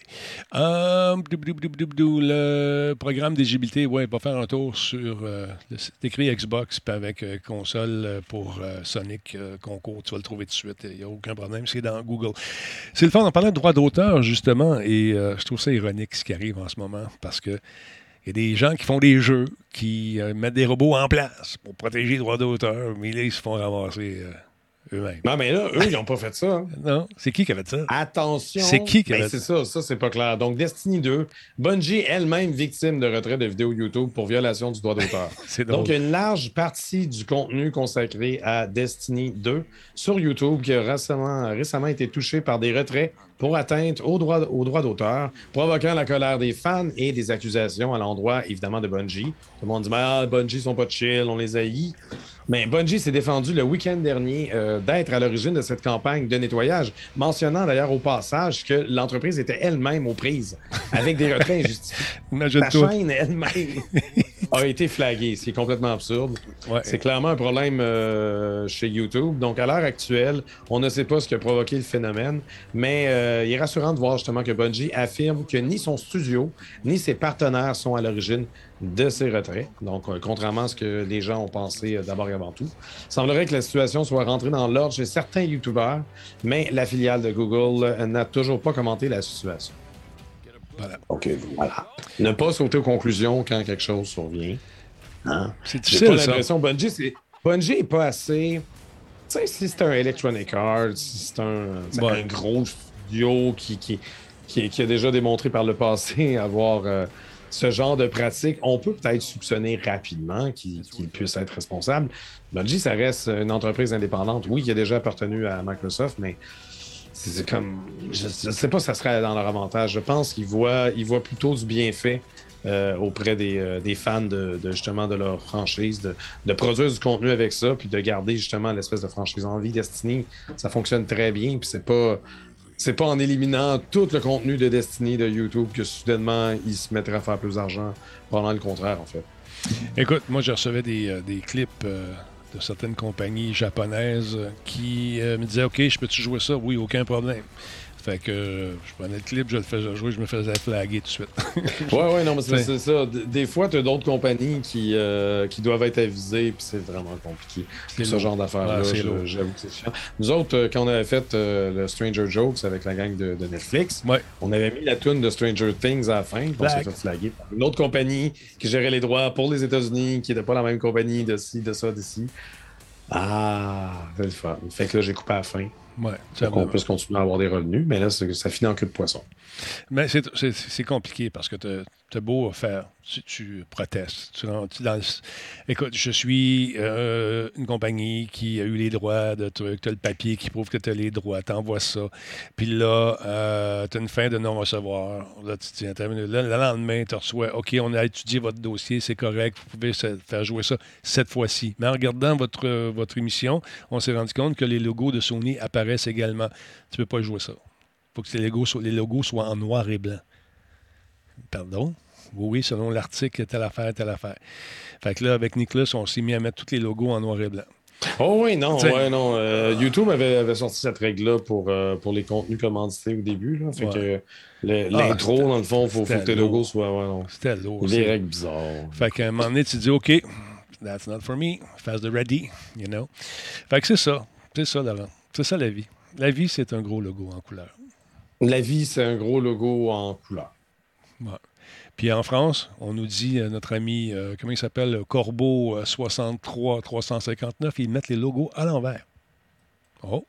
A: Le programme d'éligibilité, oui, va faire un tour sur... c'est écrit Xbox, puis avec console pour Sonic concours. Tu vas le trouver tout de suite. Il n'y a aucun problème. C'est dans Google. C'est le fun. En parlant de droit d'auteur, justement, et je trouve ça ironique ce qui arrive en ce moment, parce que il y a des gens qui font des jeux, qui mettent des robots en place pour protéger les droits d'auteur, mais là, ils se font ramasser eux-mêmes.
B: Non, mais là, eux, ils n'ont pas fait ça. Hein.
A: Non, c'est qui a fait ça?
B: Attention!
A: C'est qui a fait
B: ça? Ça, c'est pas clair. Donc, Destiny 2, Bungie elle-même victime de retrait de vidéos YouTube pour violation du droit d'auteur. Donc, il y a une large partie du contenu consacré à Destiny 2 sur YouTube qui a récemment été touché par des retraits pour atteinte au droit d'auteur, provoquant la colère des fans et des accusations à l'endroit, évidemment, de Bungie. Tout le monde dit « Bungie sont pas chill, on les haït ». Mais Bungie s'est défendu le week-end dernier d'être à l'origine de cette campagne de nettoyage, mentionnant d'ailleurs au passage que l'entreprise était elle-même aux prises, avec des retraits injustifiés. La chaîne elle-même a été flaguée, ce qui est complètement absurde. Ouais. C'est clairement un problème chez YouTube. Donc, à l'heure actuelle, on ne sait pas ce qui a provoqué le phénomène, mais il est rassurant de voir justement que Bungie affirme que ni son studio, ni ses partenaires sont à l'origine de ces retraits. Donc, contrairement à ce que les gens ont pensé d'abord et avant tout. Il semblerait que la situation soit rentrée dans l'ordre chez certains YouTubeurs, mais la filiale de Google n'a toujours pas commenté la situation. Voilà. OK, voilà. Ne pas sauter aux conclusions quand quelque chose survient. Hein? C'est difficile, j'ai pas l'impression. Bungie n'est pas assez... Tu sais, si c'est un Electronic Arts, si c'est un gros studio qui a déjà démontré par le passé avoir... ce genre de pratique, on peut peut-être soupçonner rapidement qu'il puisse être responsable. Bungie, ça reste une entreprise indépendante. Oui, qui a déjà appartenu à Microsoft, mais c'est comme... Je ne sais pas si ça serait dans leur avantage. Je pense qu'ils voient plutôt du bienfait auprès des fans justement de leur franchise, de produire du contenu avec ça, puis de garder justement l'espèce de franchise en vie. Destiny, ça fonctionne très bien, puis c'est pas en éliminant tout le contenu de Destiny de YouTube que soudainement, ils se mettraient à faire plus d'argent. Pendant le contraire, en fait.
A: Écoute, moi, je recevais des clips de certaines compagnies japonaises qui me disaient « OK, je peux-tu jouer ça? Oui, aucun problème. » Fait que je prenais le clip, je le faisais jouer, je me faisais flaguer tout de suite.
B: ouais, non, mais c'est ça. Des fois, tu as d'autres compagnies qui doivent être avisées, puis c'est vraiment compliqué. Ce genre d'affaires-là, j'avoue que c'est chiant. Nous autres, quand on avait fait le Stranger Jokes avec la gang de Netflix, on avait mis la toune de Stranger Things à la fin, puis on s'est fait flaguer par une autre compagnie qui gérait les droits pour les États-Unis, qui n'était pas la même compagnie de ci, de ça, d'ici. Ah, c'est le fun. Fait que là, j'ai coupé à la fin.
A: Ouais,
B: pour qu'on puisse continuer à avoir des revenus. Mais là, ça finit en queue de poisson.
A: Mais c'est compliqué parce que tu as beau faire, tu protestes. Écoute, je suis une compagnie qui a eu les droits de trucs, tu as le papier qui prouve que tu as les droits, tu envoies ça. Puis là, tu as une fin de non-recevoir. Là, tu tiens, le lendemain, tu reçois, OK, on a étudié votre dossier, c'est correct, vous pouvez faire jouer ça cette fois-ci. Mais en regardant votre émission, on s'est rendu compte que les logos de Sony apparaissent également. Tu ne peux pas jouer ça. Il faut que les logos soient en noir et blanc. Pardon? Oui, selon l'article, telle affaire. Fait que là, avec Nicolas, on s'est mis à mettre tous les logos en noir et blanc.
B: Oh oui, non. YouTube avait sorti cette règle-là pour les contenus commandités au début. Là. Fait que l'intro, dans le fond, il faut que tes logos soient...
A: C'était lourd.
B: Des règles bizarres.
A: Fait qu'à un moment donné, tu dis, OK, that's not for me. Fast the ready, you know. Fait que c'est ça. C'est ça, Laurent. C'est ça, la vie. La vie, c'est un gros logo en couleur. La
B: vie, c'est un gros logo en couleur.
A: Ouais. Puis en France, on nous dit, notre ami, comment il s'appelle, Corbeau 63 359, ils mettent les logos à l'envers. Oh!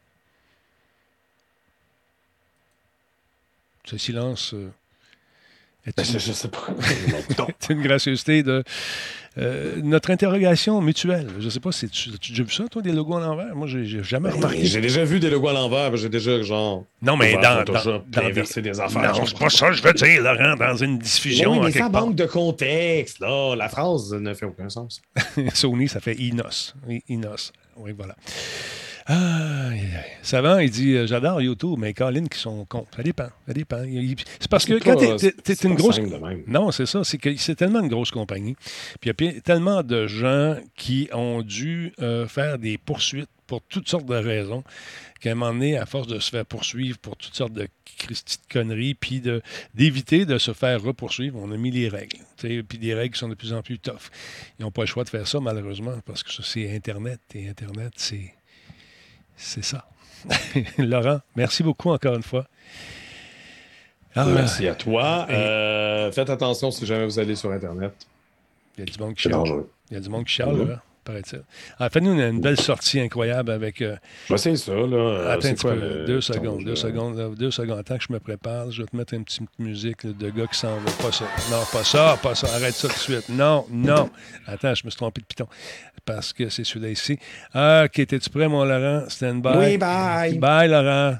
A: Ce silence
B: je sais pas.
A: C'est une gracieuseté de notre interrogation mutuelle. Je sais pas si tu as déjà vu ça, toi, des logos à l'envers? Moi, j'ai jamais remarqué.
B: J'ai déjà vu des logos à l'envers, j'ai déjà, genre...
A: Non, mais dans
B: inverser des affaires.
A: Non, c'est pas ça que je veux dire, Laurent, dans une diffusion.
B: Oui, mais ça manque de contexte, là. La phrase ne fait aucun sens.
A: Sony, ça fait Inos. Inos. Oui, voilà. Savant, il dit j'adore YouTube, mais Colin qui sont cons. Ça dépend. C'est parce que quand t'es une grosse. Non, c'est ça. C'est que c'est tellement une grosse compagnie. Puis il y a tellement de gens qui ont dû faire des poursuites pour toutes sortes de raisons, qu'à un moment donné, à force de se faire poursuivre pour toutes sortes de conneries, puis d'éviter de se faire repoursuivre, on a mis les règles. Puis des règles qui sont de plus en plus tough. Ils n'ont pas le choix de faire ça, malheureusement, parce que ça, c'est Internet. Et Internet, c'est ça. Laurent, merci beaucoup encore une fois.
B: Merci à toi. Faites attention si jamais vous allez sur Internet.
A: Il y a du monde qui chiale. Il y a du monde qui chiale, là, paraît-il. Faites-nous une belle sortie incroyable avec...
B: c'est ça, là.
A: Attends un petit peu. 2 secondes. 2 secondes. Tant que je me prépare, je vais te mettre une petite musique là, de gars qui s'en va. Pas ça. Non, pas ça. Arrête ça tout de suite. Non. Attends, je me suis trompé de piton. Parce que c'est celui-là ici. OK, t'es-tu prêt, mon Laurent? Stand by.
B: Oui, bye.
A: Bye, Laurent.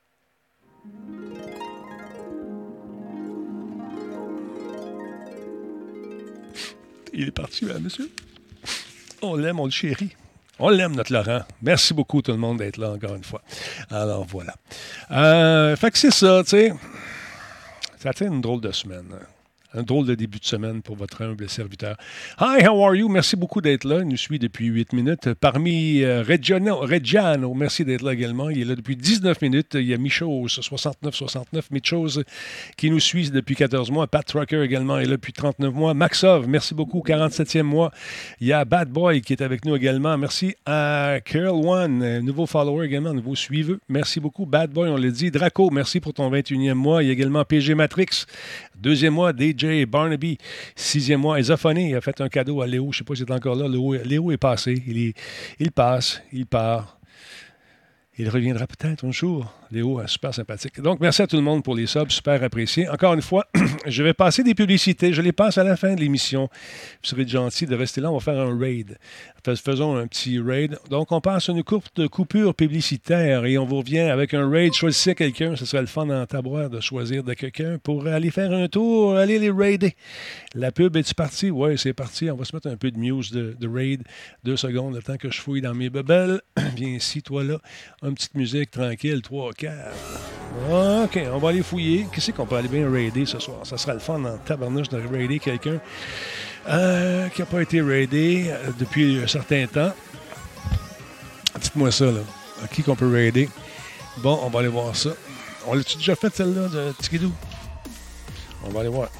A: Il est parti, là, monsieur. On l'aime, on le chérit. On l'aime, notre Laurent. Merci beaucoup, tout le monde, d'être là encore une fois. Alors, voilà. Fait que c'est ça, tu sais. Ça a été une drôle de semaine. Un drôle de début de semaine pour votre humble serviteur. Hi, how are you? Merci beaucoup d'être là. Il nous suit depuis 8 minutes. Parmi Reggiano, merci d'être là également. Il est là depuis 19 minutes. Il y a Michos, 69, Michos, qui nous suit depuis 14 mois. Pat Trucker également est là depuis 39 mois. Maxov, merci beaucoup, 47e mois. Il y a Bad Boy qui est avec nous également. Merci à Curl One, nouveau follower également, nouveau suiveux. Merci beaucoup, Bad Boy, on l'a dit. Draco, merci pour ton 21e mois. Il y a également PG Matrix, 2e mois. DJ Barnaby, 6e mois. Isophonie a fait un cadeau à Léo. Je ne sais pas s'il est encore là. Léo est passé. Il passe. Il part. Il reviendra peut-être un jour. Léo, super sympathique. Donc, merci à tout le monde pour les subs, super apprécié. Encore une fois, je vais passer des publicités. Je les passe à la fin de l'émission. Vous serez gentil de rester là. On va faire un raid. Faisons un petit raid. Donc, on passe une courte coupure publicitaire et on vous revient avec un raid. Choisissez quelqu'un. Ce serait le fun dans ta boîte de choisir de quelqu'un pour aller faire un tour, aller les raider. La pub, est-tu partie? Oui, c'est parti. On va se mettre un peu de muse de raid. 2 secondes, le temps que je fouille dans mes bubbles. Viens ici, toi là. Une petite musique tranquille, 3, 4. OK, on va aller fouiller. Qu'est-ce qu'on peut aller bien raider ce soir? Ça sera le fun en tabarnouche de raider quelqu'un qui n'a pas été raidé depuis un certain temps. Dites-moi ça, là. À qui qu'on peut raider? Bon, on va aller voir ça. On l'a-tu déjà fait, celle-là, de Tikidou? On va aller voir.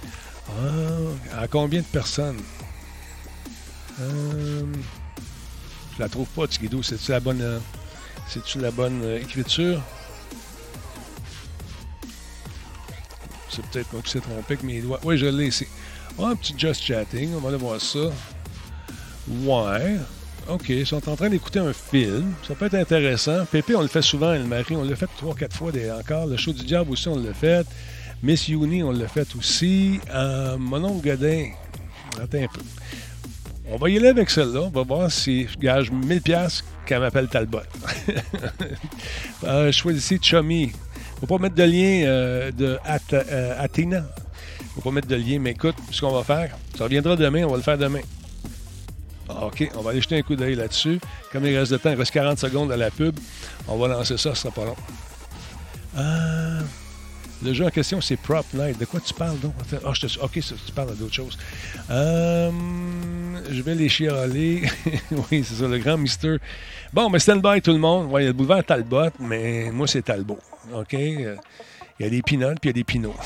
A: À combien de personnes? Je la trouve pas, Tikidou. C'est-tu la bonne... C'est-tu la bonne écriture? C'est peut-être moi qui s'est trompé avec mes doigts. Oui, je l'ai ici. Un petit Just Chatting. On va aller voir ça. Ouais. OK, ils sont en train d'écouter un film. Ça peut être intéressant. Pépé, on le fait souvent, le mari. On l'a fait 3-4 fois encore. Le show du diable aussi, on l'a fait. Miss Uni, on l'a fait aussi. Mon oncle Godin, attends un peu. On va y aller avec celle-là. On va voir si je gage 1000$ qu'elle m'appelle Talbot. Choisissez Chummy. Faut pas mettre de lien de Athena. Faut pas mettre de lien, mais écoute, ce qu'on va faire, ça reviendra demain, on va le faire demain. OK, on va aller jeter un coup d'œil là-dessus. Comme il reste de temps, il reste 40 secondes à la pub. On va lancer ça, ce sera pas long. Le jeu en question, c'est Prop Night. De quoi tu parles donc? OK, tu parles d'autre chose. Je vais les chialer. Oui, c'est ça, le grand Mister. Bon, mais stand by tout le monde. Ouais, il y a le boulevard Talbot, mais moi, c'est Talbot. OK? Il y a des peanuts, puis il y a des pinots.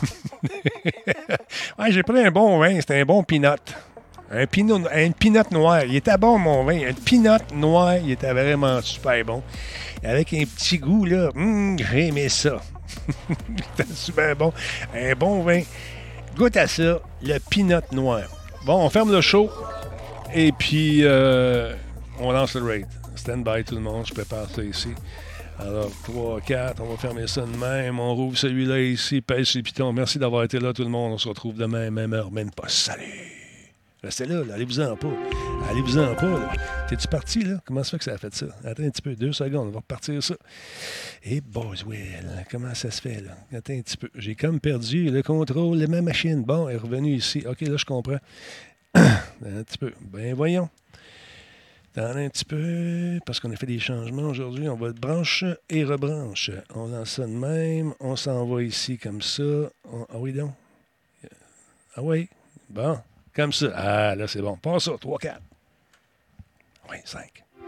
A: Ouais, j'ai pris un bon vin. C'était un bon peanut. Un peanut noir. Il était bon, mon vin. Un peanut noir, il était vraiment super bon. Avec un petit goût, là. J'ai aimé ça. C'était super bon. Un bon vin. Goûte à ça, le peanut noir. Bon, on ferme le show. Et puis, on lance le raid. Stand by tout le monde. Je prépare ça ici. Alors, 3, 4, on va fermer ça de même. On rouvre celui-là ici. Pèse sur le piton. Merci d'avoir été là, tout le monde. On se retrouve demain, même heure, même pas. Salut! Restez là, allez-vous-en pas. Allez-vous-en pas, là. T'es-tu parti, là? Comment ça fait que ça a fait ça? Attends un petit peu, 2 secondes, on va repartir ça. Et Boswell, comment ça se fait, là? Attends un petit peu. J'ai comme perdu le contrôle de ma machine. Bon, elle est revenue ici. OK, là, je comprends. Un petit peu. Ben, voyons. Attends un petit peu, parce qu'on a fait des changements aujourd'hui. On va branche et rebranche. On lance ça de même. On s'en va ici comme ça. Ah oui, donc. Ah oui. Bon. Comme ça. Ah, là, c'est bon. Pas ça. 3, 4. Oui, 5.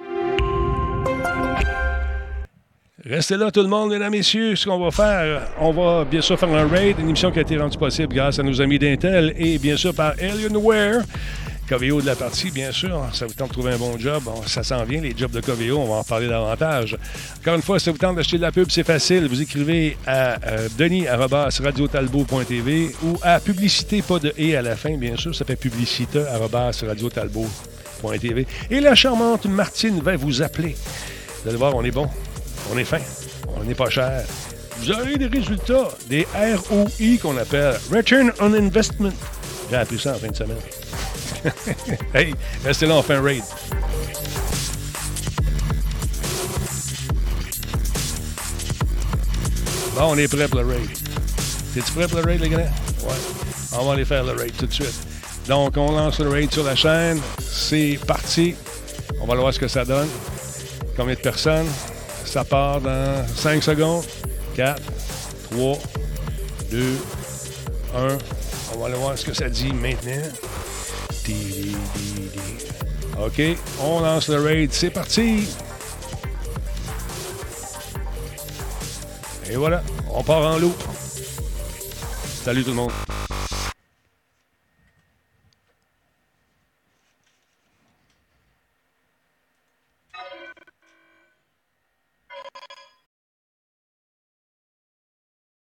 A: Restez là, tout le monde, mesdames et messieurs. Ce qu'on va faire, on va bien sûr faire un raid, une émission qui a été rendue possible grâce à nos amis d'Intel et bien sûr par Alienware. Coveo de la partie, bien sûr. Ça vous tente de trouver un bon job. Bon, ça s'en vient, les jobs de Coveo. On va en parler davantage. Encore une fois, si ça vous tente d'acheter de la pub, c'est facile. Vous écrivez à denis@radiotalbot.tv ou à publicité, pas de « et » à la fin, bien sûr. Ça fait publicité@radiotalbot.tv. Et la charmante Martine va vous appeler. Vous allez voir, on est bon. On est fin. On n'est pas cher. Vous aurez des résultats, des ROI qu'on appelle Return on Investment. J'ai appris ça en fin de semaine. Hey, restez là, on fait un raid. Bon, on est prêt pour le raid. T'es-tu prêt pour le raid, les gars? Ouais. On va aller faire le raid tout de suite. Donc, on lance le raid sur la chaîne. C'est parti. On va voir ce que ça donne. Combien de personnes? Ça part dans 5 secondes. 4, 3, 2, 1. On va aller voir ce que ça dit maintenant. OK, on lance le raid. C'est parti! Et voilà, on part en loup. Salut tout le monde.